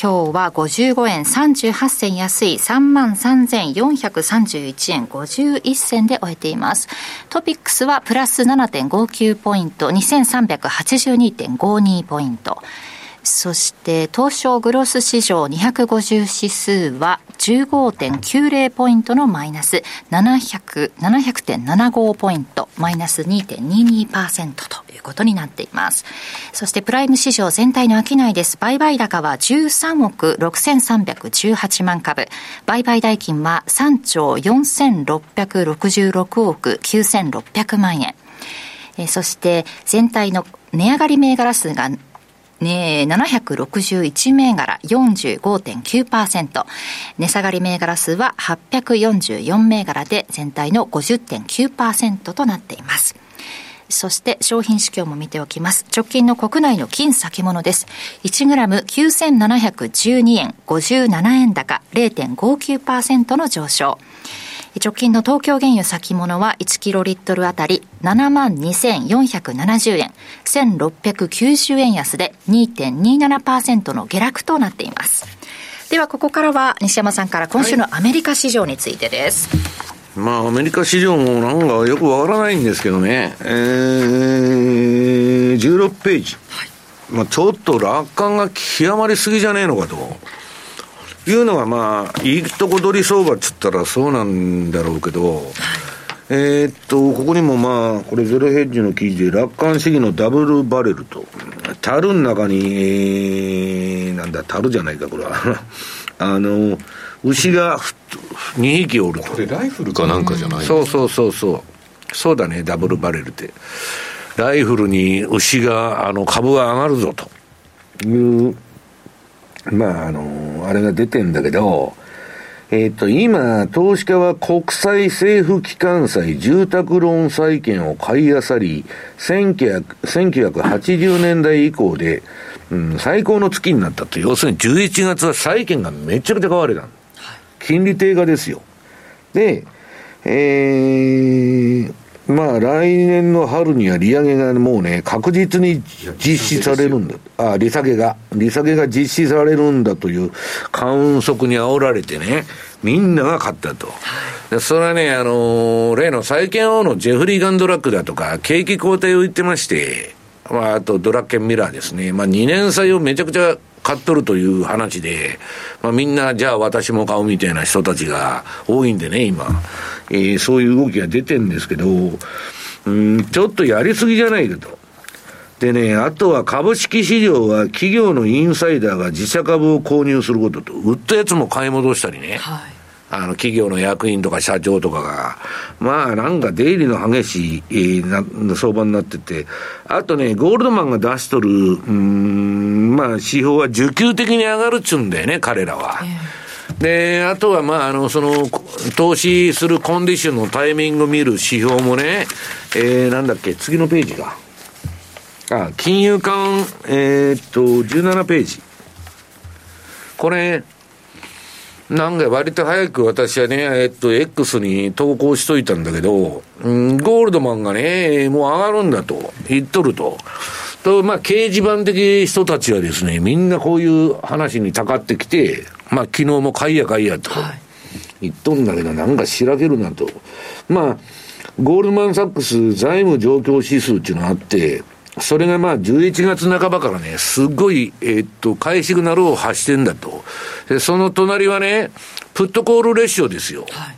今日はごじゅうごえんさんじゅうはち銭安い さんまんさんぜんよんひゃくさんじゅういちえんごじゅういっ銭で終えています。トピックスはプラス ななてんごきゅう ポイント にせんさんびゃくはちじゅうにてんごに ポイント。そして東証グロス市場にひゃくごじゅう指数は じゅうごてんきゅうぜろ ポイントのマイナス ななひゃくてんななご ポイントマイナス にてんににパーセント ということになっています。そしてプライム市場全体の商いです。売買高はじゅうさんおくろくせんさんびゃくじゅうはちまん株、売買代金はさんちょうよんせんろっぴゃくろくじゅうろくおくきゅうせんろっぴゃくまんえん、えそして全体の値上がり銘柄数がね、ななひゃくろくじゅういち銘柄 よんじゅうごてんきゅうパーセント、 値下がり銘柄数ははっぴゃくよんじゅうよん銘柄で全体の ごじゅってんきゅうパーセント となっています。そして商品指標も見ておきます。直近の国内の金先物です。いちグラムきゅうせんななひゃくじゅうにえんごじゅうななえん高 れいてんごきゅうパーセント の上昇。直近の東京原油先物はいちキロリットルあたり ななまんにせんよんひゃくななじゅうえん、せんろっぴゃくきゅうじゅうえん安で にてんにななパーセント の下落となっています。ではここからは西山さんから今週のアメリカ市場についてです。はい、 まあアメリカ市場もなんかよくわからないんですけどね、えー、じゅうろくページ、はい、まあ、ちょっと楽観が極まりすぎじゃねえのかというのが、まあいいとこ取り相場っつったらそうなんだろうけど、はい、えー、っとここにもまあこれゼロヘッジの記事で楽観主義のダブルバレルと、樽の中に、えー、なんだ樽じゃないかこれはあの牛がにひきおると。 これライフルかなんかじゃない、 そうそうそうそうそうだね、ダブルバレルってライフルに牛があの株が上がるぞというまああのあれが出てんだけど、えっと今投資家は国際政府機関債住宅ローン債券を買い漁り、せんきゅうひゃくはちじゅうねんだい以降で、うん、最高の月になったと。要するにじゅういちがつは債券がめちゃくちゃ買われた、はい、金利低下ですよ。でえーまあ来年の春には利上げがもうね確実に実施されるんだ。あ、利下げが利下げが実施されるんだという観測に煽られてね、みんなが買ったと。でそれはね、あのー、例の債券王のジェフリー・ガンドラックだとか景気後退を言ってまして、まああとドラッケン・ミラーですね、まあにねん債をめちゃくちゃ買っとるという話で、まあ、みんなじゃあ私も買うみたいな人たちが多いんでね今、えー、そういう動きが出てるんですけど、うん、ちょっとやりすぎじゃないかと。でね、あとは株式市場は企業のインサイダーが自社株を購入することと、売ったやつも買い戻したりね、はい、あの企業の役員とか社長とかがまあなんか出入りの激しい、えー、な相場になってて、あとねゴールドマンが出しとるうーんまあ指標は需給的に上がるっちゅうんだよね彼らは、えー、であとはまああのその投資するコンディションのタイミングを見る指標もね、えー、なんだっけ次のページか、あ金融間えー、っとじゅうななページ、これなんか割と早く私はね、えっと、X に投稿しといたんだけど、うん、ゴールドマンがね、もう上がるんだと言っとると。と、まあ、掲示板的人たちはですね、みんなこういう話にたかってきて、まあ、昨日も買いや買いやと言っとんだけど、なんかしらけるなと。まあ、ゴールドマンサックス財務状況指数っていうのがあって、それがまあじゅういちがつなかばからね、すごい、えー、っと、買いシグナルを発してんだと。で、その隣はね、プットコールレシオですよ。はい、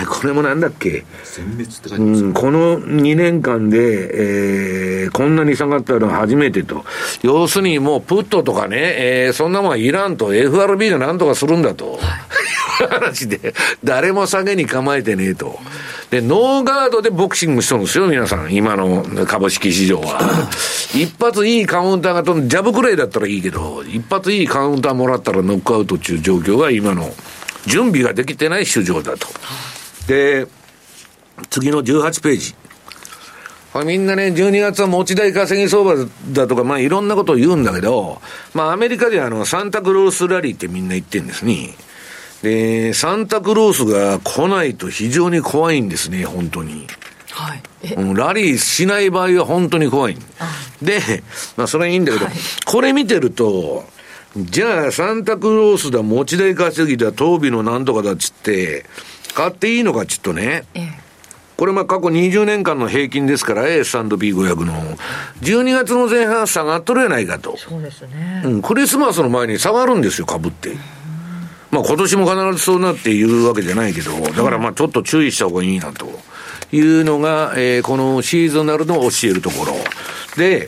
これもなんだっけ、 全滅って書いてます、 うん、このにねんかんで、えー、こんなに下がったのは初めてと。要するにもうプットとかね、えー、そんなもんはいらんと、エフアールビー が何とかするんだと。はい話で誰も下げに構えてねえと。でノーガードでボクシングしとるんですよ皆さん今の株式市場は一発いいカウンターが飛んでジャブくらいだったらいいけど一発いいカウンターもらったらノックアウトっていう状況が今の準備ができてない市場だと。で次のじゅうはちページ、これみんなねじゅうにがつは持ち台稼ぎ相場だとかまあいろんなことを言うんだけど、まあアメリカではあのサンタクロースラリーってみんな言ってるんですね。でサンタクロースが来ないと非常に怖いんですね本当に、はい、うん、ラリーしない場合は本当に怖い。で、まあそれはいいんだけど、はい、これ見てるとじゃあサンタクロースだ、持ち代稼ぎだ、当備のなんとかだっつって買っていいのかちょっとね、ええ、これまあ過去にじゅうねんかんの平均ですから エスアンドピーごひゃく のじゅうにがつの前半下がっとるやないかと。 そうですね、 うん、クリスマスの前に下がるんですよ株って。まあ今年も必ずそうなっていうわけじゃないけど、だからまあちょっと注意した方がいいなというのが、えー、このシーズナルの教えるところで、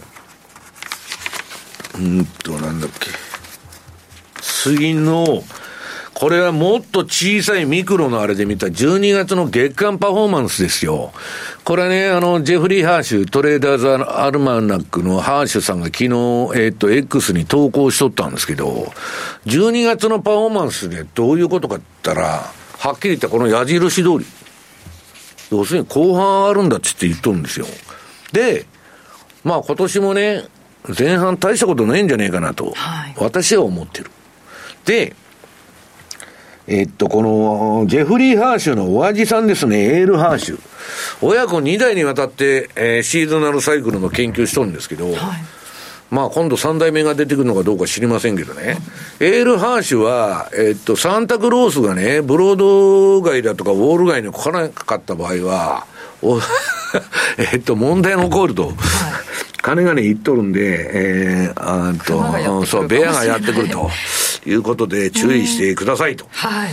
うんとなんだっけ、次のこれはもっと小さいミクロのあれで見たじゅうにがつの月間パフォーマンスですよ。これはね、あのジェフリー・ハーシュ、トレーダーズ・アルマナックのハーシュさんが昨日、えっと X に投稿しとったんですけど、じゅうにがつのパフォーマンスでどういうことかって言ったら、はっきり言ったこの矢印通り、要するに後半上がるんだって言っとるんですよ。でまあ今年もね前半大したことないんじゃねえかなと、はい、私は思ってる。でえっと、この、ジェフリー・ハーシュのおやじさんですね、エール・ハーシュ。親子にだいにわたって、えー、シーズナルサイクルの研究しとるんですけど、はい、まあ今度さんだいめが出てくるのかどうか知りませんけどね。エール・ハーシュは、えっと、サンタクロースがね、ブロード街だとかウォール街に来なかった場合は、えっと、問題が起こると。はい、金がね、言っとるんで、えー、あーと、そう、ベアがやってくると。いうことで注意してくださいと、うん、はい。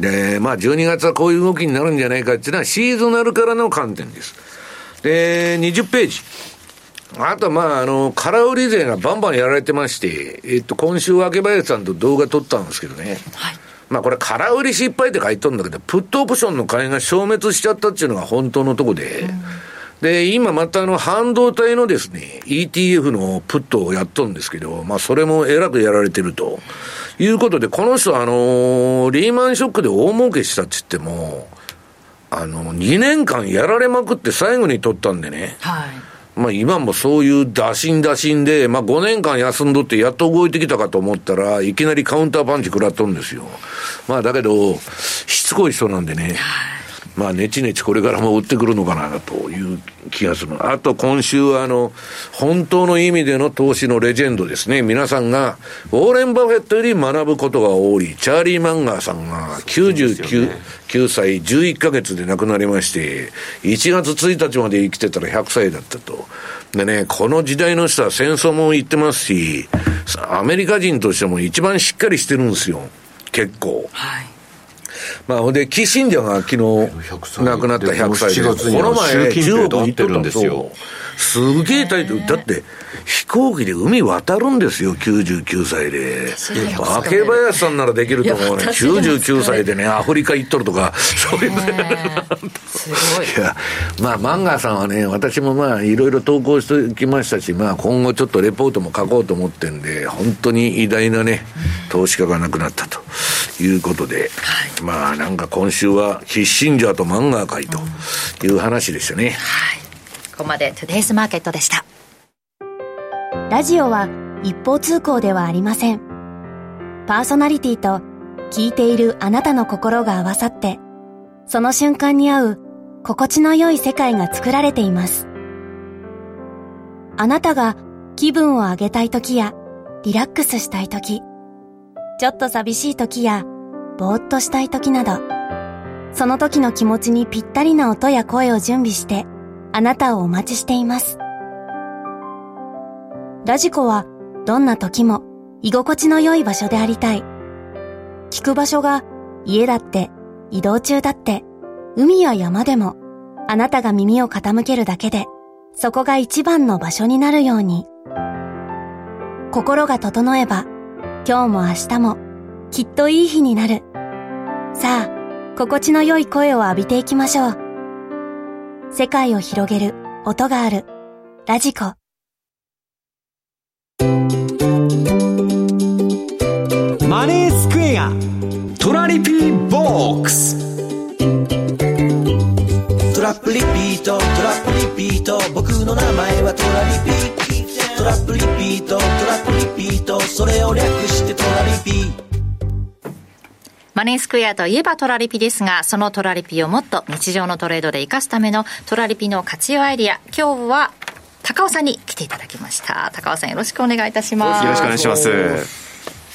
で、まあじゅうにがつはこういう動きになるんじゃないかっていうのはシーズナルからの観点です。で、にじゅっページ。あとはまああの空売り税がバンバンやられてまして、えっと今週若林さんと動画撮ったんですけどね。はい。まあこれ空売り失敗って書いとるんだけど、プットオプションの買いが消滅しちゃったっていうのが本当のとこで。うん、で、今またあの半導体のですね、イーティーエフ のプットをやっとるんですけど、まあそれもえらくやられてるということで、この人はあのー、リーマンショックで大儲けしたって言っても、あの、にねんかんやられまくって最後に取ったんでね。はい。まあ今もそういう打診打診で、まあごねんかん休んどってやっと動いてきたかと思ったら、いきなりカウンターパンチ食らっとるんですよ。まあだけど、しつこい人なんでね。はい。まあ、ねちねちこれからも売ってくるのかなという気がする。あと今週はあの、本当の意味での投資のレジェンドですね。皆さんが、ウォーレン・バフェットより学ぶことが多い、チャーリー・マンガーさんがきゅうじゅうきゅう、きゅうさいじゅういっかげつで亡くなりまして、いちがつついたちまで生きてたらひゃくさいだったと。でね、この時代の人は戦争も言ってますし、アメリカ人としても一番しっかりしてるんですよ。結構。はい。まあ、で、キッシンジャーが昨日亡くなったひゃくさいで、この前中国に行ってるんですよ。すげえタイトル。だって飛行機で海渡るんですよ、きゅうじゅうきゅうさいで。明林さんならできると思うね。きゅうじゅうきゅうさいでね、アフリカ行っとるとか、そういうすごい。いや、まあマンガーさんはね、私もまあいろいろ投稿してきましたし、まあ今後ちょっとレポートも書こうと思ってるんで、本当に偉大なね、投資家が亡くなったということで、はい、まあなんか今週はキッシンジャーとマンガー会という話でしたね。はい。 ここまでトゥデイズマーケットでした。 ラジオは一方通行ではありません。パーソナリティと聞いているあなたの心が合わさって、その瞬間に合う心地の良い世界が作られています。あなたが気分を上げたい時やリラックスしたい時、ちょっと寂しい時やぼーっとしたい時など、その時の気持ちにぴったりな音や声を準備してあなたをお待ちしています。ラジコはどんな時も居心地の良い場所でありたい。聞く場所が家だって移動中だって海や山でも、あなたが耳を傾けるだけでそこが一番の場所になるように。心が整えば今日も明日もきっといい日になる。さあ、心地の良い声を浴びていきましょう。世界を広げる音があるラジコ。 マネースクエアトラリピーボックス。 トラップリピートトラップリピート、僕の名前はトラリピ。トラップリピートトラップリピート、それを略してトラリピ。 マネースクエアといえばトラリピですが、そのトラリピをもっと日常のトレードで活かすためのトラリピの活用アイディア、今日は高尾さんに来ていただきました。高尾さん、よろしくお願いいたします。 よろしくお願いします。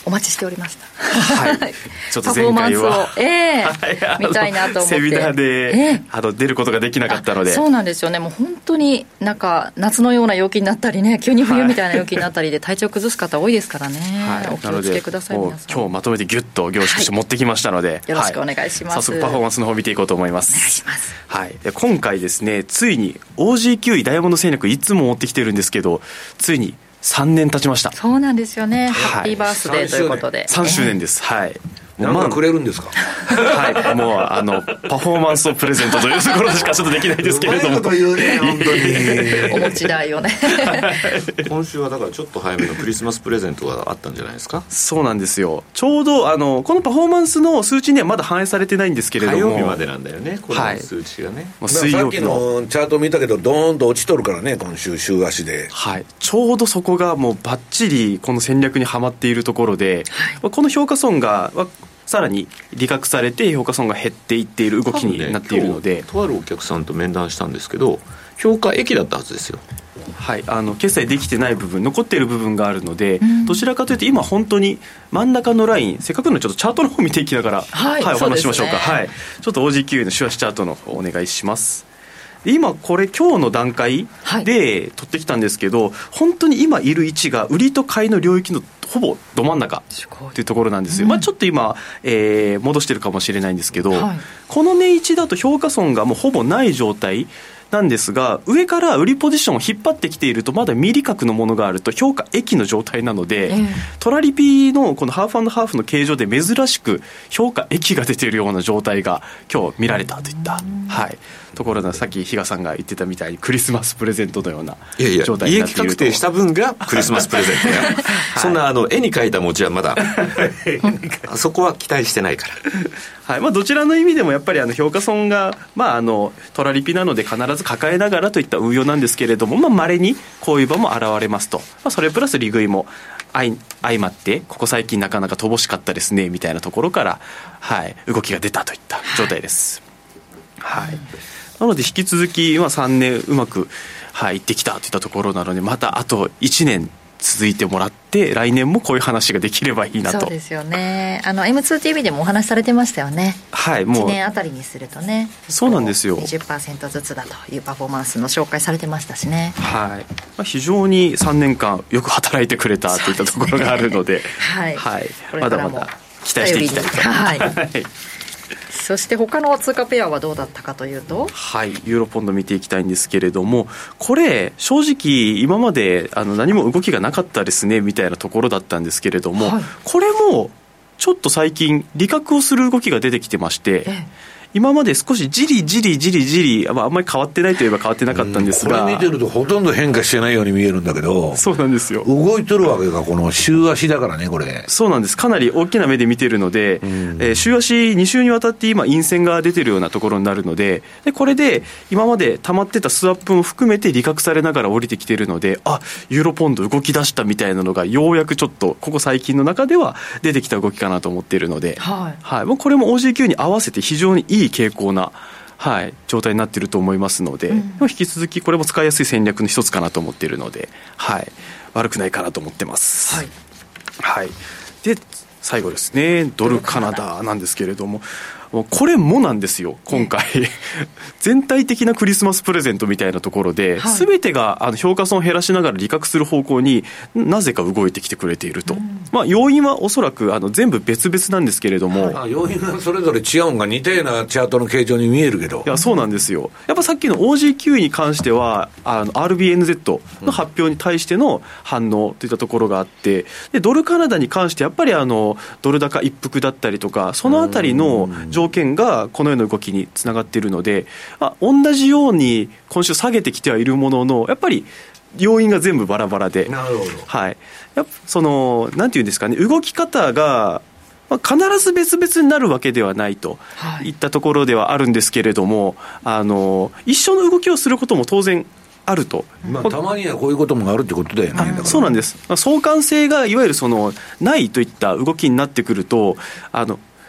お待ちしておりました。 はい。ちょっと前回は、 えー、見たいなと思って。 セミナーで、えー、あの出ることができなかったので。 そうなんですよね。もう本当になんか夏のような陽気になったりね、急に冬みたいな陽気になったりで体調崩す方多いですからね。はい、お気をつけください。皆さん。 今日まとめてギュッと凝縮して持ってきましたので、はい、 よろしくお願いします。 早速パフォーマンスの方を見ていこうと思います。 お願いします。 はい。で今回ですね、ついに オージーキューイ ダイヤモンド戦略いつも持ってきてるんですけど、ついにさんねん経ちました。 そうなんですよね、はい、ハッピーバースデーということでさんしゅうねんです、はい。 何かくれるんですか？ はい、もうあのパフォーマンスをプレゼントというところしかちょっとできないですけれども、うまいこと言うね本当にお持ち代をね今週はだからちょっと早めのクリスマスプレゼントがあったんじゃないですか？ そうなんですよ。ちょうどあのこのパフォーマンスの数値にはまだ反映されてないんですけれども、 火曜日までなんだよね、この数値がね、はい、 もう水曜日のさっきのチャート見たけどドーンと落ちとるからね、今週週足で、 はい、ちょうどそこがもうバッチリこの戦略にはまっているところで、はい、この評価損がさらに利確されて評価損が減っていっている動きになっているので、 ね、とあるお客さんと面談したんですけど、評価益だったはずですよ。 はい、あの決済できてない部分、残っている部分があるので、うん、どちらかというと今本当に真ん中のライン、せっかくのちょっとチャートの方を見ていきながら、はいはい、お話ししましょうか。はい、ちょっと オージーキューイー の週足チャートの方お願いします。今これ今日の段階で取ってきたんですけど、はい、本当に今いる位置が売りと買いの領域のほぼど真ん中というところなんですよ、うん、まあ、ちょっと今、えー、戻してるかもしれないんですけど、はい、この値位置だと評価損がもうほぼない状態なんですが、上から売りポジションを引っ張ってきているとまだ未利確のものがあると評価益の状態なので、えー、トラリピのこのハーフ&ハーフの形状で珍しく評価益が出ているような状態が今日見られたといった、はい、ところで、さっき比嘉さんが言ってたみたいにクリスマスプレゼントのような状態になっていると。いやいや、利益確定した分がクリスマスプレゼントや、はい、 そんなあの絵に描いた餅はまだそこは期待してないからはい、まあ、どちらの意味でもやっぱりあの評価損が、まあ、あのトラリピなので必ず抱えながらといった運用なんですけれども、まあ、稀にこういう場も現れますと、まあ、それプラス利食いも相まってここ最近なかなか乏しかったですねみたいなところから、はい、動きが出たといった状態です、はいはい、なので引き続き、まあ、さんねんうまく、はい、いってきたといったところなので、またあといちねん続いてもらって来年もこういう話ができればいいなと。 そうですよね。あの エムツーティービー でもお話しされてましたよね。 はい、もういちねんあたりにするとね、 そうなんですよ、 にじゅっパーセント ずつだというパフォーマンスの紹介されてましたしね。はい、まあ、非常にさんねんかんよく働いてくれたといったところがあるので、はい、はい、まだまだ期待していきたいと、はい、 そして他の通貨ペアはどうだったかというと、 はい、ユーロポンド見ていきたいんですけれども、これ正直今まであの何も動きがなかったですねみたいなところだったんですけれども、はい、これもちょっと最近利確をする動きが出てきてまして、ええ、今まで少しじりじりじりじり、まあ、あんまり変わってないといえば変わってなかったんですが、 これ見てるとほとんど変化してないように見えるんだけど、 そうなんですよ、 動いとるわけがこの週足だからね、これ。 そうなんです、かなり大きな目で見てるので、うん、えー、週足に週にわたって今陰線が出てるようなところになるので、でこれで今まで溜まってたスワップも含めて利確されながら降りてきてるので、あ、ユーロポンド動き出したみたいなのがようやくちょっとここ最近の中では出てきた動きかなと思っているので、はいはい、もうこれも オージーキュー に合わせて非常にいい傾向な、はい、状態になっていると思いますので、うん、引き続きこれも使いやすい戦略の一つかなと思っているので、はい、悪くないかなと思ってます、はいはい、で最後ですね、ドルカナダなんですけれども、これもなんですよ今回、ね、全体的なクリスマスプレゼントみたいなところで、はい、全てがあの評価損を減らしながら利確する方向になぜか動いてきてくれていると、うん、まあ、要因はおそらくあの全部別々なんですけれども、 はい、要因がそれぞれ違うんが似たようなチャートの形状に見えるけど、 いやそうなんですよ。やっぱさっきの オージーキューイー に関してはあの アールビーエヌゼット の発表に対しての反応といったところがあって、でドルカナダに関してやっぱりあのドル高一服だったりとか、そのあたりの条件がこのような動きにつながっているので、あ、同じように今週下げてきてはいるものの、やっぱり要因が全部バラバラで、 なるほど、 はい、やっぱそのなんていうんですかね、動き方が、まあ、必ず別々になるわけではないといったところではあるんですけれども、はい、あの一緒の動きをすることも当然あると、 まあ、たまにはこういうこともあるってことだよね。だからそうなんです、まあ、相関性がいわゆるそのないといった動きになってくると、あの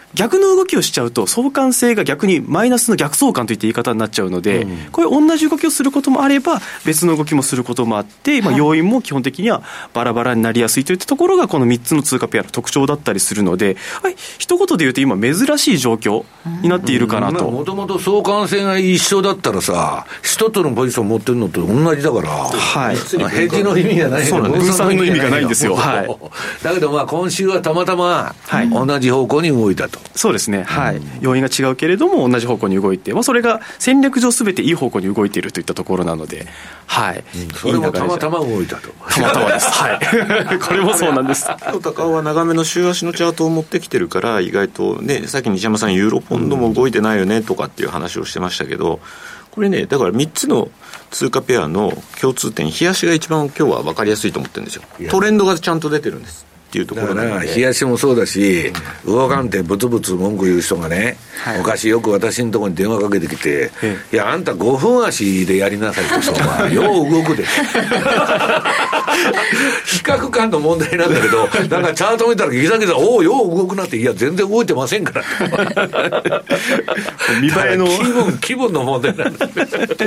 逆の動きをしちゃうと相関性が逆にマイナスの逆相関といった言い方になっちゃうので、うん、こういう同じ動きをすることもあれば別の動きもすることもあって、まあ、要因も基本的にはバラバラになりやすいといったところがこのみっつの通貨ペアの特徴だったりするので、はい、一言で言うと今珍しい状況になっているかなと。 もともと相関性が一緒だったらさ、一つのポジション持ってるのと同じだから、 はい、 ヘッジの意味がない、 そうなんです、分散の意味がないんですよ、はい、 だけどまあ今週はたまたま同じ方向に動いたと、 はい、そうですね、はい、要因が違うけれども同じ方向に動いて、まあ、それが戦略上すべていい方向に動いているといったところなので、はい、 うん、それもたまたま動いたと、 たまたまです、はい、これもそうなんです。 高尾は長めの週足のチャートを持ってきてるから意外とね、さっき西山さんユーロポンドも動いてないよねとかっていう話をしてましたけど、これね、だからみっつの通貨ペアの共通点、日足が一番今日は分かりやすいと思ってるんですよ。トレンドがちゃんと出てるんですっていうところなので、 日足もそうだし、動かんてブツブツ文句言う人がね、はい、昔よく私のところに電話かけてきて、いやあんたごふん足でやりなさいとさよう動くで比較感の問題なんだけど、なんかチャート見たらギザギザ、おおよう動くなって、いや全然動いてませんから見栄えの気分気分の問題なんです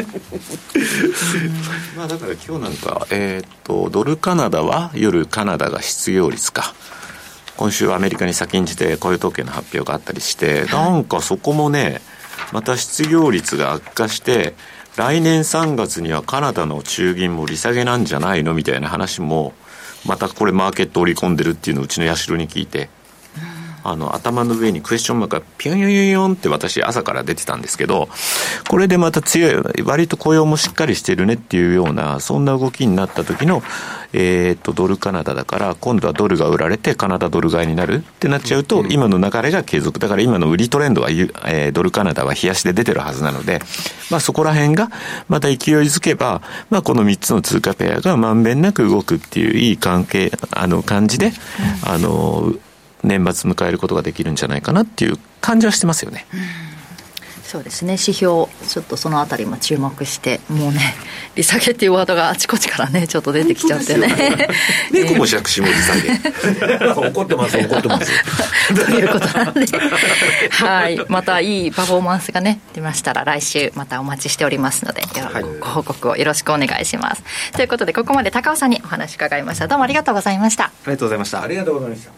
まあだから今日なんか、えー、っとドルカナダは夜カナダが失業率か、今週はアメリカに先んじて雇用統計の発表があったりして、なんかそこもねまた失業率が悪化して来年さんがつにはカナダの中銀も利下げなんじゃないのみたいな話もまたこれマーケット織り込んでるっていうのをうちの社に聞いて、あの頭の上にクエスチョンマークがピヨンヨンヨンって私朝から出てたんですけど、これでまた強い、割と雇用もしっかりしてるねっていうようなそんな動きになった時の、えー、っとドルカナダだから今度はドルが売られてカナダドル買いになるってなっちゃうと、今の流れが継続だから今の売りトレンドは、えー、ドルカナダは冷やしで出てるはずなので、まあ、そこら辺がまた勢いづけば、まあ、このみっつの通貨ペアがまんべんなく動くっていういい関係あの感じで、あの年末迎えることができるんじゃないかなっていう感じはしてますよね、うん、 そうですね。指標ちょっとそのあたりも注目して、もうね利下げっていうワードがあちこちからねちょっと出てきちゃってね猫も借子も利下げ怒ってます怒ってますということなんではい、またいいパフォーマンスがね出ましたら来週またお待ちしておりますので、はい、ご報告をよろしくお願いします。ということでここまで高尾さんにお話伺いました。どうもありがとうございました。 ありがとうございました。 ありがとうございました。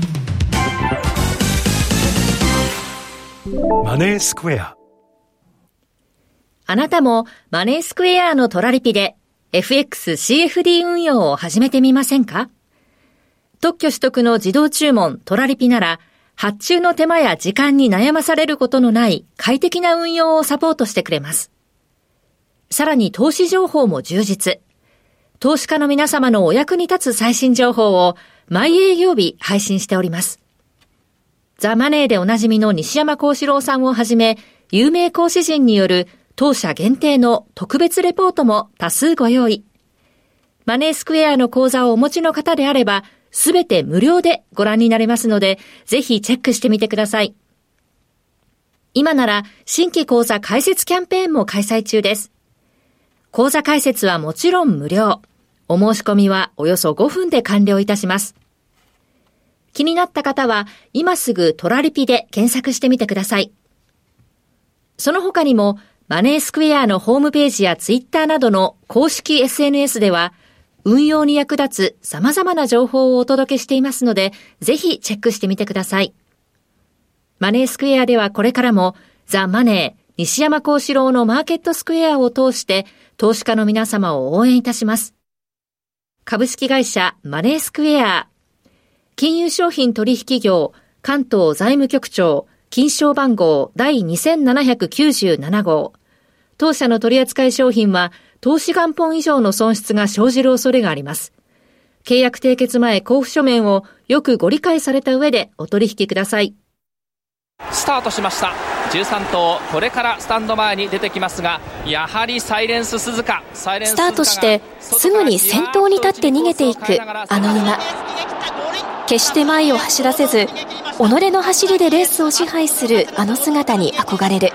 マネースクエア。 あなたもマネースクエアのトラリピで エフエックスシーエフディー 運用を始めてみませんか？特許取得の自動注文トラリピなら発注の手間や時間に悩まされることのない快適な運用をサポートしてくれます。さらに投資情報も充実。投資家の皆様のお役に立つ最新情報を毎営業日配信しております。ザ・マネーでおなじみの西山幸四郎さんをはじめ、有名講師陣による当社限定の特別レポートも多数ご用意。マネースクエアの講座をお持ちの方であれば、すべて無料でご覧になれますので、ぜひチェックしてみてください。今なら新規講座開設キャンペーンも開催中です。講座開設はもちろん無料。お申し込みはおよそごふんで完了いたします。気になった方は今すぐトラリピで検索してみてください。その他にもマネースクエアのホームページやツイッターなどの公式 エスエヌエス では運用に役立つ様々な情報をお届けしていますので、ぜひチェックしてみてください。マネースクエアではこれからもザ・マネー西山幸四郎のマーケットスクエアを通して投資家の皆様を応援いたします。株式会社マネースクエア金融商品取引業関東財務局長金賞番号第にせんななひゃくきゅうじゅうなな号。当社の取扱い商品は投資元本以上の損失が生じる恐れがあります。契約締結前交付書面をよくご理解された上でお取引ください。 スタートしました。じゅうさん頭これからスタンド前に出てきますが、やはりサイレンス鈴鹿サイレンススタートしてすぐに先頭に立って逃げていくあの馬。決して前を走らせず己の走りでレースを支配するあの姿に憧れる。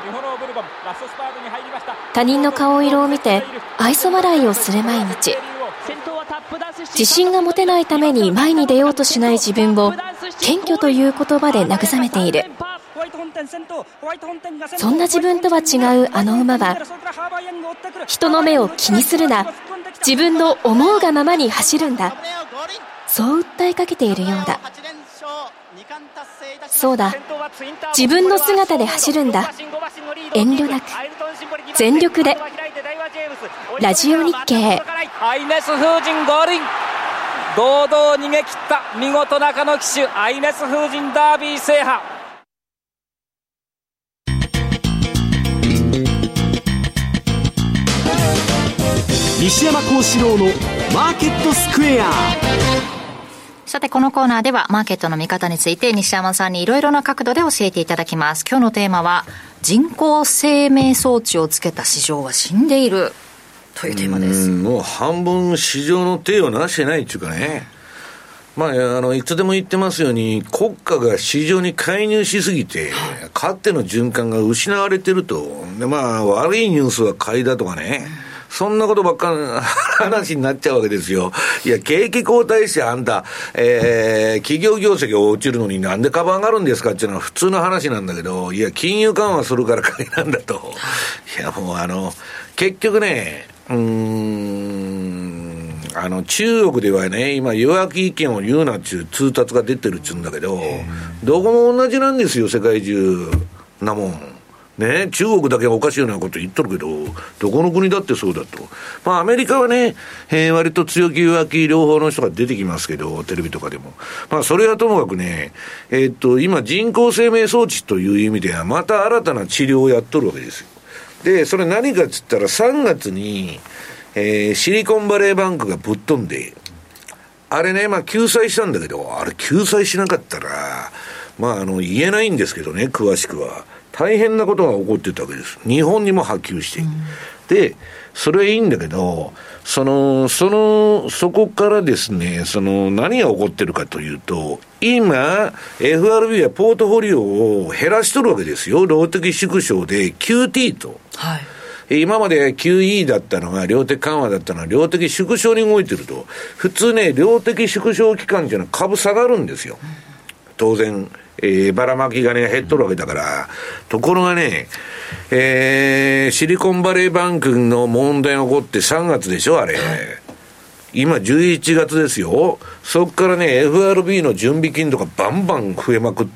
他人の顔色を見て愛想笑いをする毎日。自信が持てないために前に出ようとしない自分を謙虚という言葉で慰めている。 そんな自分とは違うあの馬は、人の目を気にするな、自分の思うがままに走るんだ、そう訴えかけているようだ。そうだ、自分の姿で走るんだ、遠慮なく全力で。ラジオ日経。 アイネス風神ゴールイン、堂々逃げ切った見事中野騎手、アイネス風神ダービー制覇。 西山幸四郎のマーケットスクエア。 さてこのコーナーではマーケットの見方について西山さんにいろいろな角度で教えていただきます。今日のテーマは人工生命装置をつけた市場は死んでいるというテーマです。 うん、もう半分市場の手をなしてないっていうかね、まあ、あのいつでも言ってますように国家が市場に介入しすぎてかつての循環が失われてると。で、まあ、悪いニュースは買いだとかね、そんなことばっか話になっちゃうわけですよ。いや、景気後退してあんた、えー、企業業績が落ちるのになんで株上がるんですかっていうのは普通の話なんだけど、いや、金融緩和するから買いなんだと。いや、もうあの、結局ね、うーん、あの、中国ではね、今、弱気意見を言うなっていう通達が出てるって言うんだけど、どこも同じなんですよ、世界中なもん。ね、中国だけはおかしいようなこと言っとるけど、どこの国だってそうだと。まあアメリカはね、えー、割と強気弱気両方の人が出てきますけど、テレビとかでも。まあそれはともかくね、えー、っと、今人工生命装置という意味ではまた新たな治療をやっとるわけですよ。で、それ何かっつったらさんがつに、えー、シリコンバレーバンクがぶっ飛んで、あれね、まあ救済したんだけど、あれ救済しなかったら、まああの言えないんですけどね、詳しくは。大変なことが起こってたわけです。日本にも波及して、うん、でそれはいいんだけど、そのそのそこからですね、その何が起こってるかというと、今 エフアールビー はポートフォリオを減らしとるわけですよ。量的縮小で キューティー と、はい、今まで キューイー だったのが量的緩和だったのが量的縮小に動いてると。普通ね、量的縮小期間っていうのは株下がるんですよ、当然。えー、ばらまきがね減っとるわけだから。ところがね、えー、シリコンバレーバンクの問題が起こってさんがつでしょあれ、今じゅういちがつですよ。そっからね エフアールビー の準備金とかバンバン増えまくって、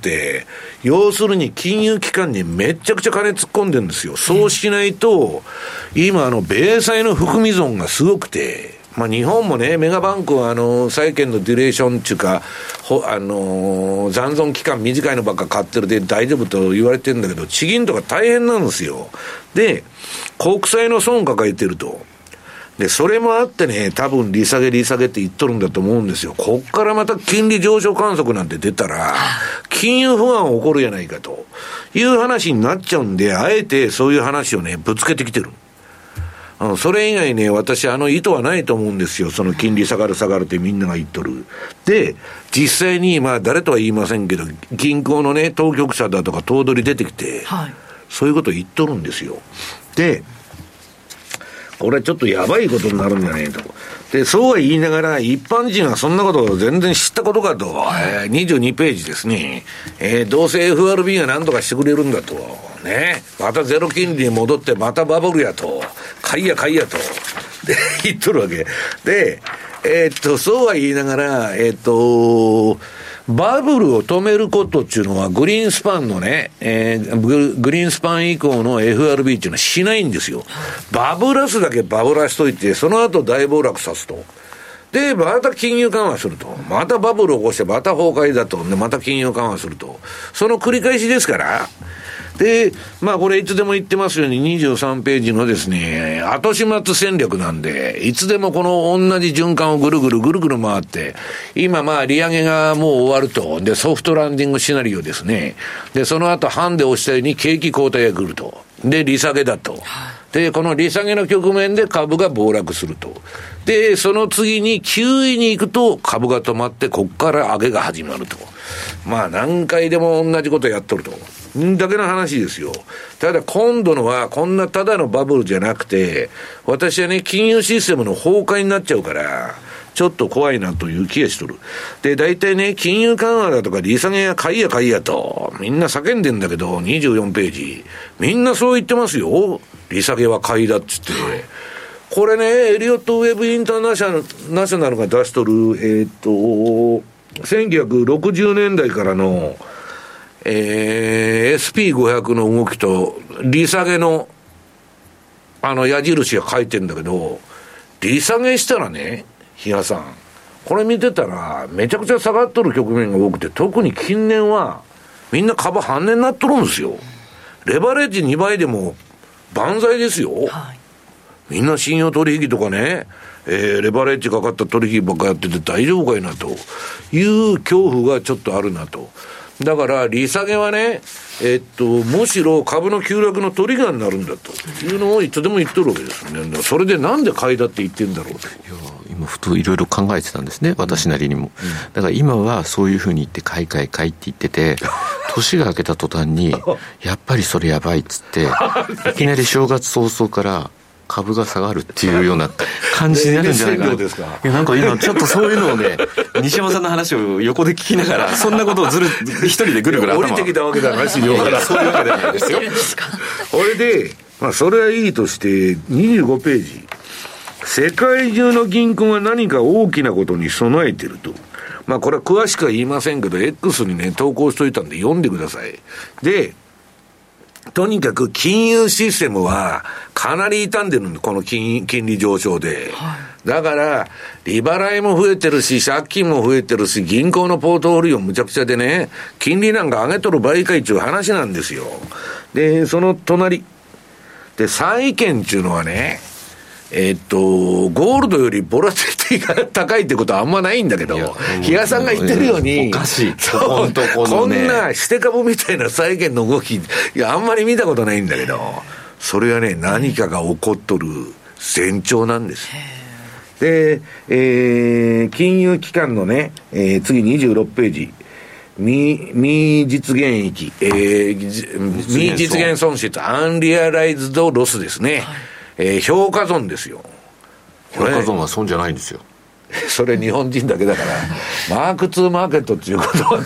要するに金融機関にめちゃくちゃ金突っ込んでるんですよ。そうしないと今あの米債の含み損がすごくて、まあ、日本もね、メガバンクはあの債券のデュレーションっていうか、ほあのー、残存期間短いのばっか買ってるで大丈夫と言われてるんだけど、地銀とか大変なんですよ。で、国債の損抱えてると。で、それもあってね、多分利下げ利下げって言っとるんだと思うんですよ。こっからまた金利上昇観測なんて出たら、金融不安起こるやないかという話になっちゃうんで、あえてそういう話をね、ぶつけてきてる。あのそれ以外ね、私あの意図はないと思うんですよ。その金利下がる下がるってみんなが言っとる。で、実際にまあ誰とは言いませんけど、銀行のね当局者だとか頭取出てきて、はい、そういうこと言っとるんですよ。で、これはちょっとやばいことになるんじゃねえと。で、そうは言いながら一般人はそんなことを全然知ったことかと、えー、にじゅうにページですね、えー、どうせ エフアールビー が何とかしてくれるんだとね、またゼロ金利に戻ってまたバブルやと、買いや買いやとで言っとるわけで、えー、っとそうは言いながら、えー、っとバブルを止めることっていうのはグリーンスパンのね、えー、グ, グリーンスパン以降の エフアールビー っていうのはしないんですよ。バブらすだけバブらしといて、その後大暴落さすと。で、また金融緩和すると。またバブルを起こして、また崩壊だと。で、また金融緩和すると。その繰り返しですから。で、まあこれいつでも言ってますようににじゅうさんページのですね、後始末戦略なんで、いつでもこの同じ循環をぐるぐるぐるぐる回って、今まあ利上げがもう終わると。で、ソフトランディングシナリオですね。で、その後ハンデをしたように景気後退が来ると。で、利下げだと。で、この利下げの局面で株が暴落すると。で、その次にきゅういに行くと株が止まって、こっから上げが始まると。まあ何回でも同じことやっとると。だけの話ですよ。ただ今度のはこんなただのバブルじゃなくて、私はね、金融システムの崩壊になっちゃうから、 ちょっと怖いなという気がしとる。で、大体ね、金融緩和だとか利下げや買いや買いやと、みんな叫んでんだけど、にじゅうよんページ。みんなそう言ってますよ。利下げは買いだっつって。これね、エリオットウェブインターナショナル、ナショナルが出しとる、えー、っと、せんきゅうひゃくろくじゅうねんだいからの、えー、エスピーごひゃく の動きと、利下げの、あの、矢印が書いてんだけど、利下げしたらね、比嘉さん、これ見てたら、めちゃくちゃ下がっとる局面が多くて、特に近年は、みんな株半値になっとるんですよ。レバレッジにばいでも、万歳ですよ。はい、みんな信用取引とかね、えー、レバレッジかかった取引ばっかやってて大丈夫かいなという恐怖がちょっとあるなと。だから利下げはね、えー、っとむしろ株の急落のトリガーになるんだというのをいつでも言ってるわけですね。それでなんで買いだって言ってんだろうと。いや今ふといろいろ考えてたんですね、私なりにも、うんうん、だから今はそういうふうに言って買い買い買いって言ってて年が明けた途端にやっぱりそれやばいっつっていきなり正月早々から株が下がるっていうような感じになるんじゃないかな。いやなんか今ちょっとそういうのをね西山さんの話を横で聞きながらそんなことをずる一人でぐるぐる頭降りてきたわけだな市場からそういうわけではないですよ。 これで、まあ、それはいいとしてにじゅうごページ、世界中の銀行が何か大きなことに備えてると。まあこれは詳しくは言いませんけど X にね投稿しといたんで読んでください。でとにかく金融システムはかなり傷んでるんで、この 金, 金利上昇で、はい、だから利払いも増えてるし借金も増えてるし銀行のポートフォリオむちゃくちゃでね、金利なんか上げとる場合かいっちゅう話なんですよ。でその隣で債券っていうのはね、えー、っとゴールドよりボラティリティが高いってことはあんまないんだけど、比嘉さんが言ってるようにおかしいそうこ, こ, こんなして株みたいな債券の動きいやあんまり見たことないんだけど、それはね何かが起こっとる前兆なんです。で、えー、金融機関のね、えー、次にじゅうろくページ未、未実現益、えー、未実現損失アンリアライズドロスですね、はい、えー、評価損ですよ。 評価損は損じゃないんですよ。 それ日本人だけだからマークツーマーケットっていうことは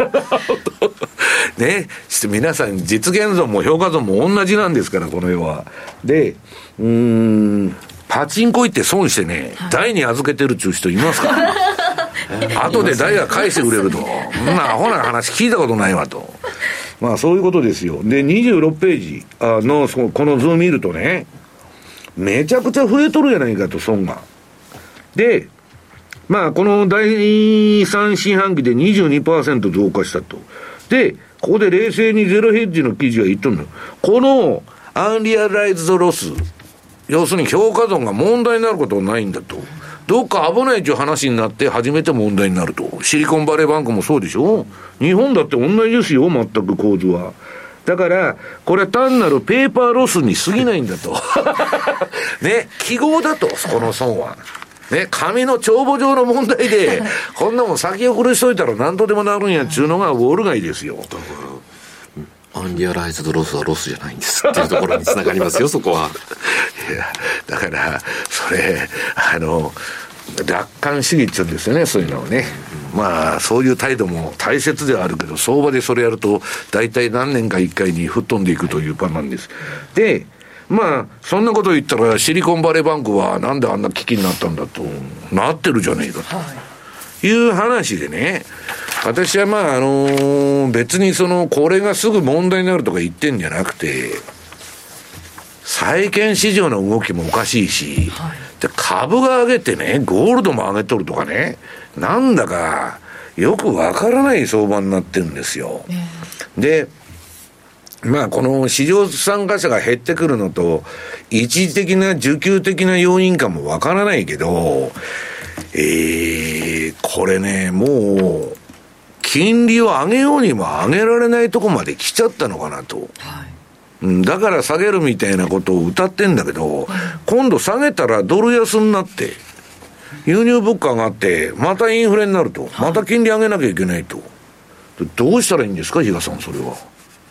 ね、皆さん実現損も評価損も同じなんですからこの世は。でうーんパチンコ行って損してね、はい、台に預けてるっちゅう人いますか後で台が返してくれるとそんなアホな話聞いたことないわと。まあそういうことですよ。でにじゅうろくページのこの図を見るとね、めちゃくちゃ増えとるやないかと損が。でまあこのだいさん四半期で にじゅうにパーセント 増加したと。でここで冷静にゼロヘッジの記事が言っとるのよ。このアンリアライズドロス、要するに評価損が問題になることはないんだと。どっか危ないという話になって初めて問題になると。シリコンバレーバンクもそうでしょ。日本だって同じですよ全く構図は。だからこれは単なるペーパーロスに過ぎないんだとね、記号だとこの損はね、紙の帳簿上の問題でこんなもん先送りしといたら何とでもなるんやっちゅうのがウォール街ですよ。 アンリアライズドロスはロスじゃないんですっていうところにつながりますよそこは。 いやだからそれあの楽観主義って言うんですよね、そういうのをね。まあそういう態度も大切ではあるけど相場でそれやると大体何年かいっかいに吹っ飛んでいくというパターンです。でまあそんなこと言ったらシリコンバレーバンクはなんであんな危機になったんだとなってるじゃねえかという話でね、私はまああのー、別にそのこれがすぐ問題になるとか言ってんじゃなくて、債券市場の動きもおかしいし、はい、で株が上げてねゴールドも上げとるとかね、なんだかよくわからない相場になってるんですよ、えー、でまあこの市場参加者が減ってくるのと一時的な需給的な要因かもわからないけど、えー、これねもう金利を上げようにも上げられないとこまで来ちゃったのかなと、はい、だから下げるみたいなことを歌ってんだけど、今度下げたらドル安になって輸入物価上がってまたインフレになると、また金利上げなきゃいけないと、どうしたらいいんですか比嘉さんそれは。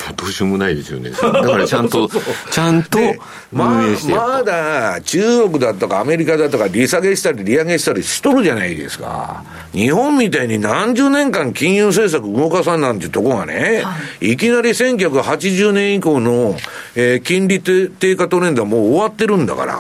どうしようもないですよね。だからちゃんとちゃんと運営してまあ、まだ中国だとかアメリカだとか利下げしたり利上げしたりしとるじゃないですか。日本みたいに何十年間金融政策動かさんなんてとこがね、はい、いきなりせんきゅうひゃくはちじゅうねん以降の、えー、金利低下トレンドはもう終わってるんだから、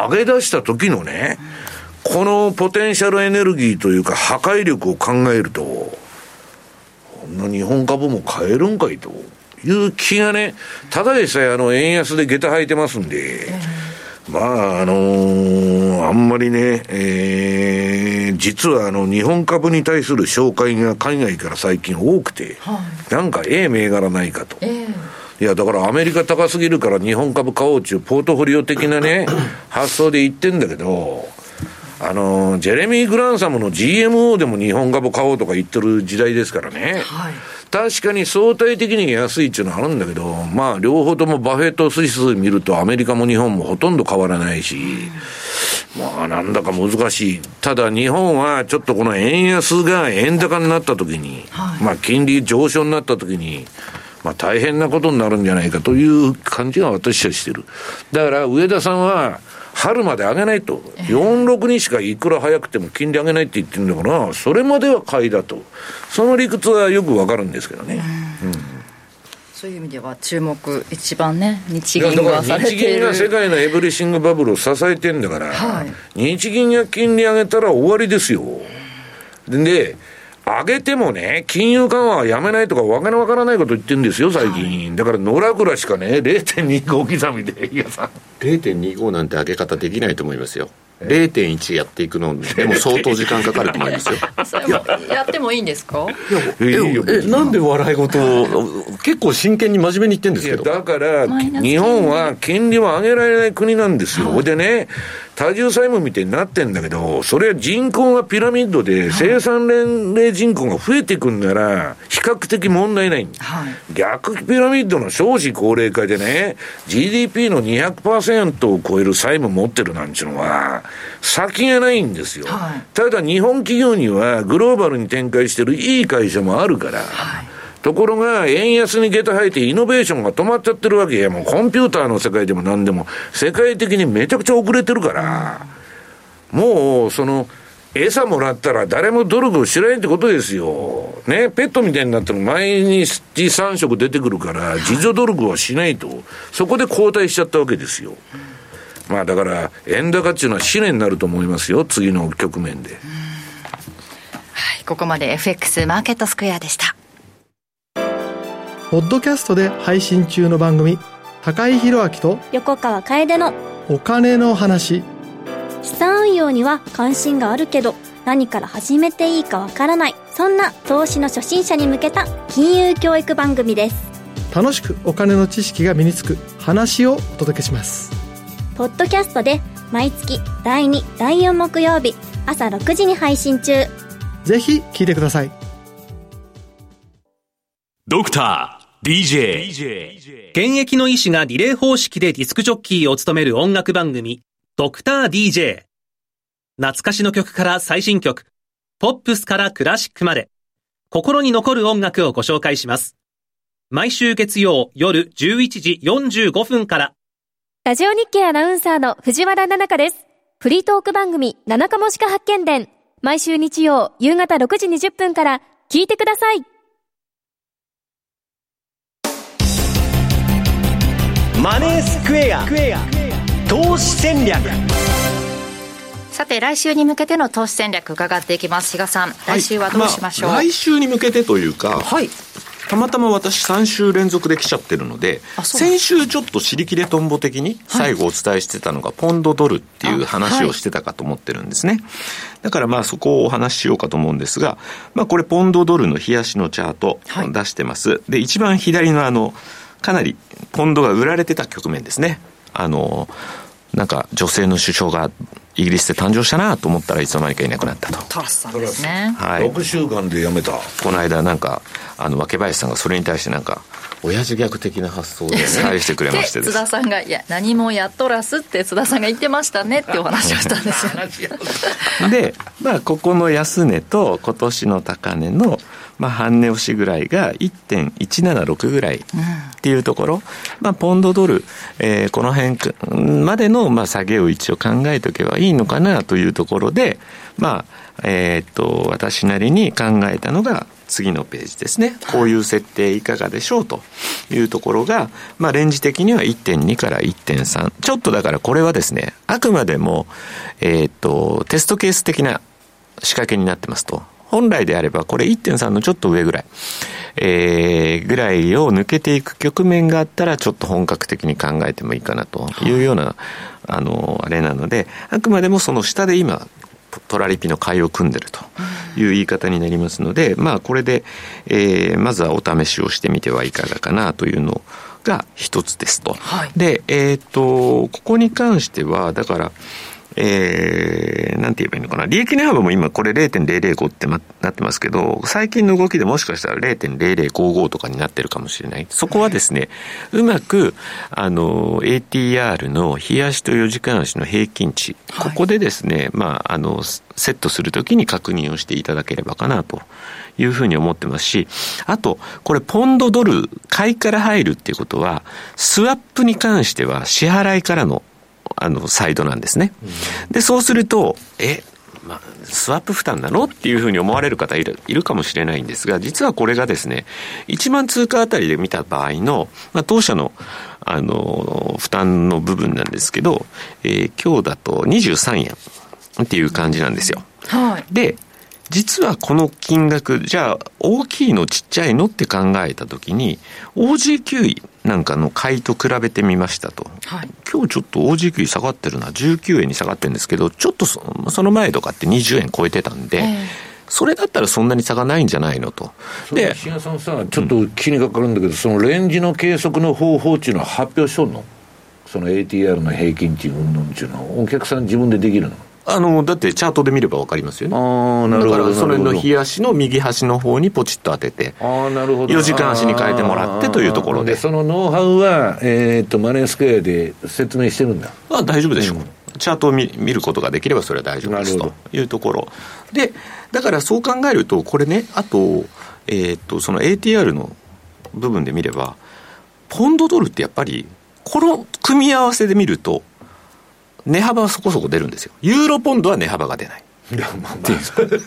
上げ出した時のね、このポテンシャルエネルギーというか破壊力を考えると、こんな日本株も買えるんかいという気がね、ただでさえあの円安で下駄履いてますんで、まああのー、あんまりね、えー、実はあの日本株に対する紹介が海外から最近多くて、はい、なんかええ銘柄ないかと、えーいやだからアメリカ高すぎるから日本株買おうっていうポートフォリオ的なね発想で言ってんだけど、あのジェレミー・グランサムの ジーエムオー でも日本株買おうとか言ってる時代ですからね、はい、確かに相対的に安いっていうのはあるんだけど、まあ両方ともバフェット指数見るとアメリカも日本もほとんど変わらないし、まあなんだか難しい。ただ日本はちょっとこの円安が円高になった時に、はい、まあ金利上昇になった時にまあ大変なことになるんじゃないかという感じが私はしてる。だから上田さんは春まで上げないと、よんじゅうろくにしかいくら早くても金利上げないって言ってるんだから、それまでは買いだと、その理屈はよくわかるんですけどね、うんうん、 そういう意味では注目一番ね、日銀がされている、 日銀が世界のエブリシングバブルを支えてんだから、はい、日銀が金利上げたら終わりですよ。で、で上げてもね、金融緩和はやめないとかわけのわからないこと言ってるんですよ最近、はい、だから野良倉しかね ゼロてんにご 刻みで、いやさゼロてんにご なんて上げ方できないと思いますよ。 ゼロてんいち やっていくのでも相当時間かかると思いますよそれもやってもいいんですか？ いやいやええなんで笑い事を結構真剣に真面目に言ってるんですけど。 だから日本は金利を上げられない国なんですよ、はい、でね多重債務みたいになってんだけど、それは人口がピラミッドで生産年齢人口が増えていくんなら比較的問題ない、はい、逆ピラミッドの少子高齢化でね ジーディーピー の にひゃくパーセント を超える債務持ってるなんていうのは先がないんですよ、はい、ただ日本企業にはグローバルに展開してるいい会社もあるから、はい、ところが円安に下駄履いてイノベーションが止まっちゃってるわけや。もうコンピューターの世界でも何でも世界的にめちゃくちゃ遅れてるから、もうその餌もらったら誰も努力しないってことですよね。ペットみたいになったら毎日さん食出てくるから自助努力はしないと、そこで後退しちゃったわけですよ。まあだから円高っていうのは試練になると思いますよ、次の局面で。はい、 ここまで エフエックス マーケットスクエアでした。 ポッドキャストで配信中の番組、高井宏明と横川楓のお金の話。 資産運用には関心があるけど何から始めていいかわからない、そんな投資の初心者に向けた金融教育番組です。 楽しくお金の知識が身につく話をお届けします。 ポッドキャストで毎月だいに、だいよん木曜日朝ろくじに配信中。 ぜひ聞いてください。 ドクター ディージェー現役の医師がリレー方式でディスクジョッキーを務める音楽番組ドクター ディージェー。 懐かしの曲から最新曲、ポップスからクラシックまで心に残る音楽をご紹介します。毎週月曜夜じゅういちじよんじゅうごふんから。 ラジオ日経アナウンサーの藤原奈々香です。フリートーク番組七日もしか発見伝、毎週日曜夕方ろくじにじゅっぷんから聞いてください。 マネースクエア投資戦略。 さて来週に向けての投資戦略伺っていきます。比嘉さん、来週はどうしましょう？ まあ、来週に向けてというか、はい、たまたま私さん週連続で来ちゃってるので、先週ちょっと尻切れトンボ的に最後お伝えしてたのがポンドドルっていう話をしてたかと思ってるんですね。だからまあそこをお話ししようかと思うんですが、まあこれポンドドルの冷やしのチャート出してます。で一番左のあのかなりポンドが売られてた局面ですね。あのなんか女性の首相がイギリスで誕生したなと思ったらいつの間にかいなくなったと。 トラスさんですね。 はい、ろくしゅうかんで辞めた。 この間なんかあの若林さんがそれに対してなんか親父ギャグ的な発想で返してくれましてです津田さんがいや何もやっとらすって津田さんが言ってましたねってお話をしたんですよで、まあ、ここの安値と今年の高値の、まあ、半値押しぐらいが いってんいちななろく ぐらいっていうところ、うんまあ、ポンドドル、えー、この辺までの、まあ、下げを一応考えておけばいいのかなというところで、まあえー、っと私なりに考えたのが次のページですね。こういう設定いかがでしょうというところが、まあ、レンジ的には いってんに から いってんさん。ちょっとだからこれはですね、あくまでも、えー、っと、テストケース的な仕掛けになってますと。本来であればこれ いってんさん のちょっと上ぐらい、えー、ぐらいを抜けていく局面があったらちょっと本格的に考えてもいいかなというような、あの、あれなので、あくまでもその下で今、トラリピの買いを組んでるという言い方になりますので、まあこれで、えー、まずはお試しをしてみてはいかがかなというのが一つですと。はい、で、えっと、ここに関しては、だから、えー、なんて言えばいいのかな。利益値幅も今これ れいてんぜろぜろご ってなってますけど、最近の動きでもしかしたら れいてんぜろぜろごご とかになってるかもしれない。そこはですね、うまく、あの、エーティーアール の日足とよじかん足の平均値、はい、ここでですね、まあ、あの、セットするときに確認をしていただければかなというふうに思ってますし、あと、これポンドドル買いから入るっていうことは、スワップに関しては支払いからのあのサイドなんですね、うん、でそうするとえ、まあ、スワップ負担なのっていうふうに思われる方いる、いるかもしれないんですが、実はこれがですねいちまん通貨あたりで見た場合の、まあ、当社の、あの負担の部分なんですけど、えー、今日だとにじゅうさんえんっていう感じなんですよ、はい、で実はこの金額じゃあ大きいのちっちゃいのって考えたときに オージーキューイー なんかの買いと比べてみましたと、はい、今日ちょっと オージーキューイー 下がってるなじゅうきゅうえんに下がってるんですけど、ちょっと そ, その前とかってにじゅうえん超えてたんで、えー、それだったらそんなに差がないんじゃないのと。 で石谷さんさ、ちょっと気にかかるんだけど、うん、そのレンジの計測の方法っていうのは発表しとんの？その エーティーアール の平均値うんぬんっていうのはお客さん自分でできるの？ あのだってチャートで見れば分かりますよね。 あ、なるほど。 だからそれの日足の右端の方にポチッと当てて、 あ、なるほど、 よじかん足に変えてもらってというところ で, でそのノウハウは、えー、とマネースクエアで説明してるんだ。 あ、大丈夫でしょう、うん、チャートを 見, 見ることができればそれは大丈夫ですというところで、だからそう考えるとこれね、あと、えー、とその エーティーアール の部分で見ればポンドドルってやっぱりこの組み合わせで見ると値幅はそこそこ出るんですよ。ユーロポンドは値幅が出ない。いや、まあまあ、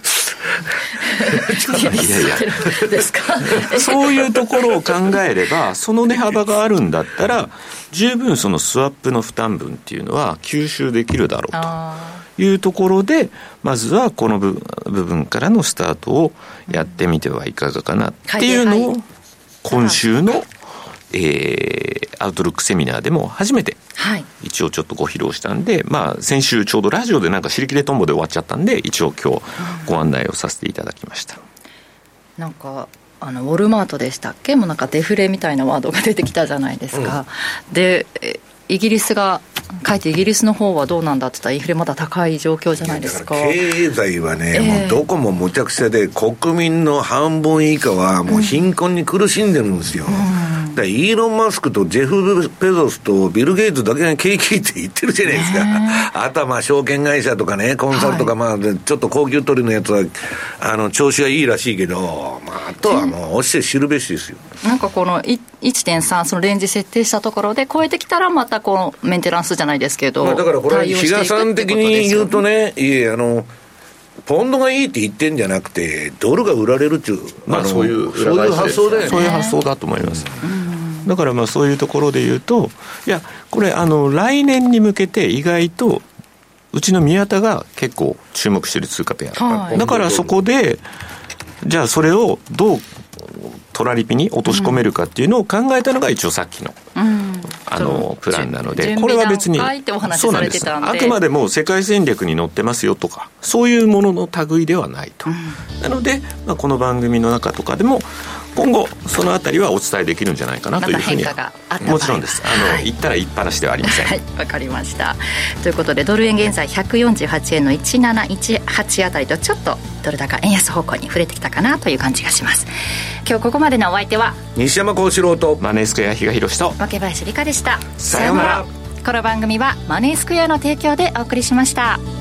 いやいやですかそういうところを考えればその値幅があるんだったら十分そのスワップの負担分っていうのは吸収できるだろうというところで、まずはこの部分からのスタートをやってみてはいかがかなっていうのを今週のえー、アウトルックセミナーでも初めて一応ちょっとご披露したんで、はい、まあ先週ちょうどラジオでなんか尻切れトンボで終わっちゃったんで一応今日ご案内をさせていただきました、うん、 なんかあのウォルマートでしたっけもうなんかデフレみたいなワードが出てきたじゃないですか、うん、でイギリスが書いてイギリスの方はどうなんだって言ったらインフレまだ高い状況じゃないですか。 経済はね、 えー、 もうどこもむちゃくちゃで国民の半分以下はもう貧困に苦しんでるんですよ、うん、だからイーロン・マスクとジェフ・ペゾスとビル・ゲイツだけが景気って言ってるじゃないですか、ね、あとはまあ証券会社とかねコンサルとか、まあちょっと高級取りのやつはあの調子がいいらしいけど、まあ、あとはもう押して知るべしですよ。 なんかこの いってんさん そのレンジ設定したところで超えてきたらまたこのメンテナンスじゃないですけど、 まあ、だからこれ比嘉さん的に言うとね、いえあのポンドがいいって言ってんじゃなくてドルが売られるっていう、 まあ、そういうそういう発想だよね。 そういう発想だと思います、うん、だからまあそういうところで言うと、いやこれあの来年に向けて意外とうちの宮田が結構注目してる通貨ペア、はい、だからそこでじゃあそれをどうトラリピに落とし込めるかっていうのを考えたのが一応さっきの、うん、あのプランなので、これは別にそうなんです。あくまでも世界戦略に載ってますよとかそういうものの類ではないと、うん、なので、まあ、この番組の中とかでも今後そのあたりはお伝えできるんじゃないかなというふうには、 また変化があった場合もちろんです。あの、はい、言ったら言いっぱなしではありません。 はい、わかりました。ということでドル円現在ひゃくよんじゅうはちえんのいちなないちはちあたりとちょっとドル高円安方向に触れてきたかなという感じがします。今日ここまでのお相手は西山幸四郎とマネースクエア比嘉宏と若林理香でした。 さようなら。 この番組はマネースクエアの提供でお送りしました。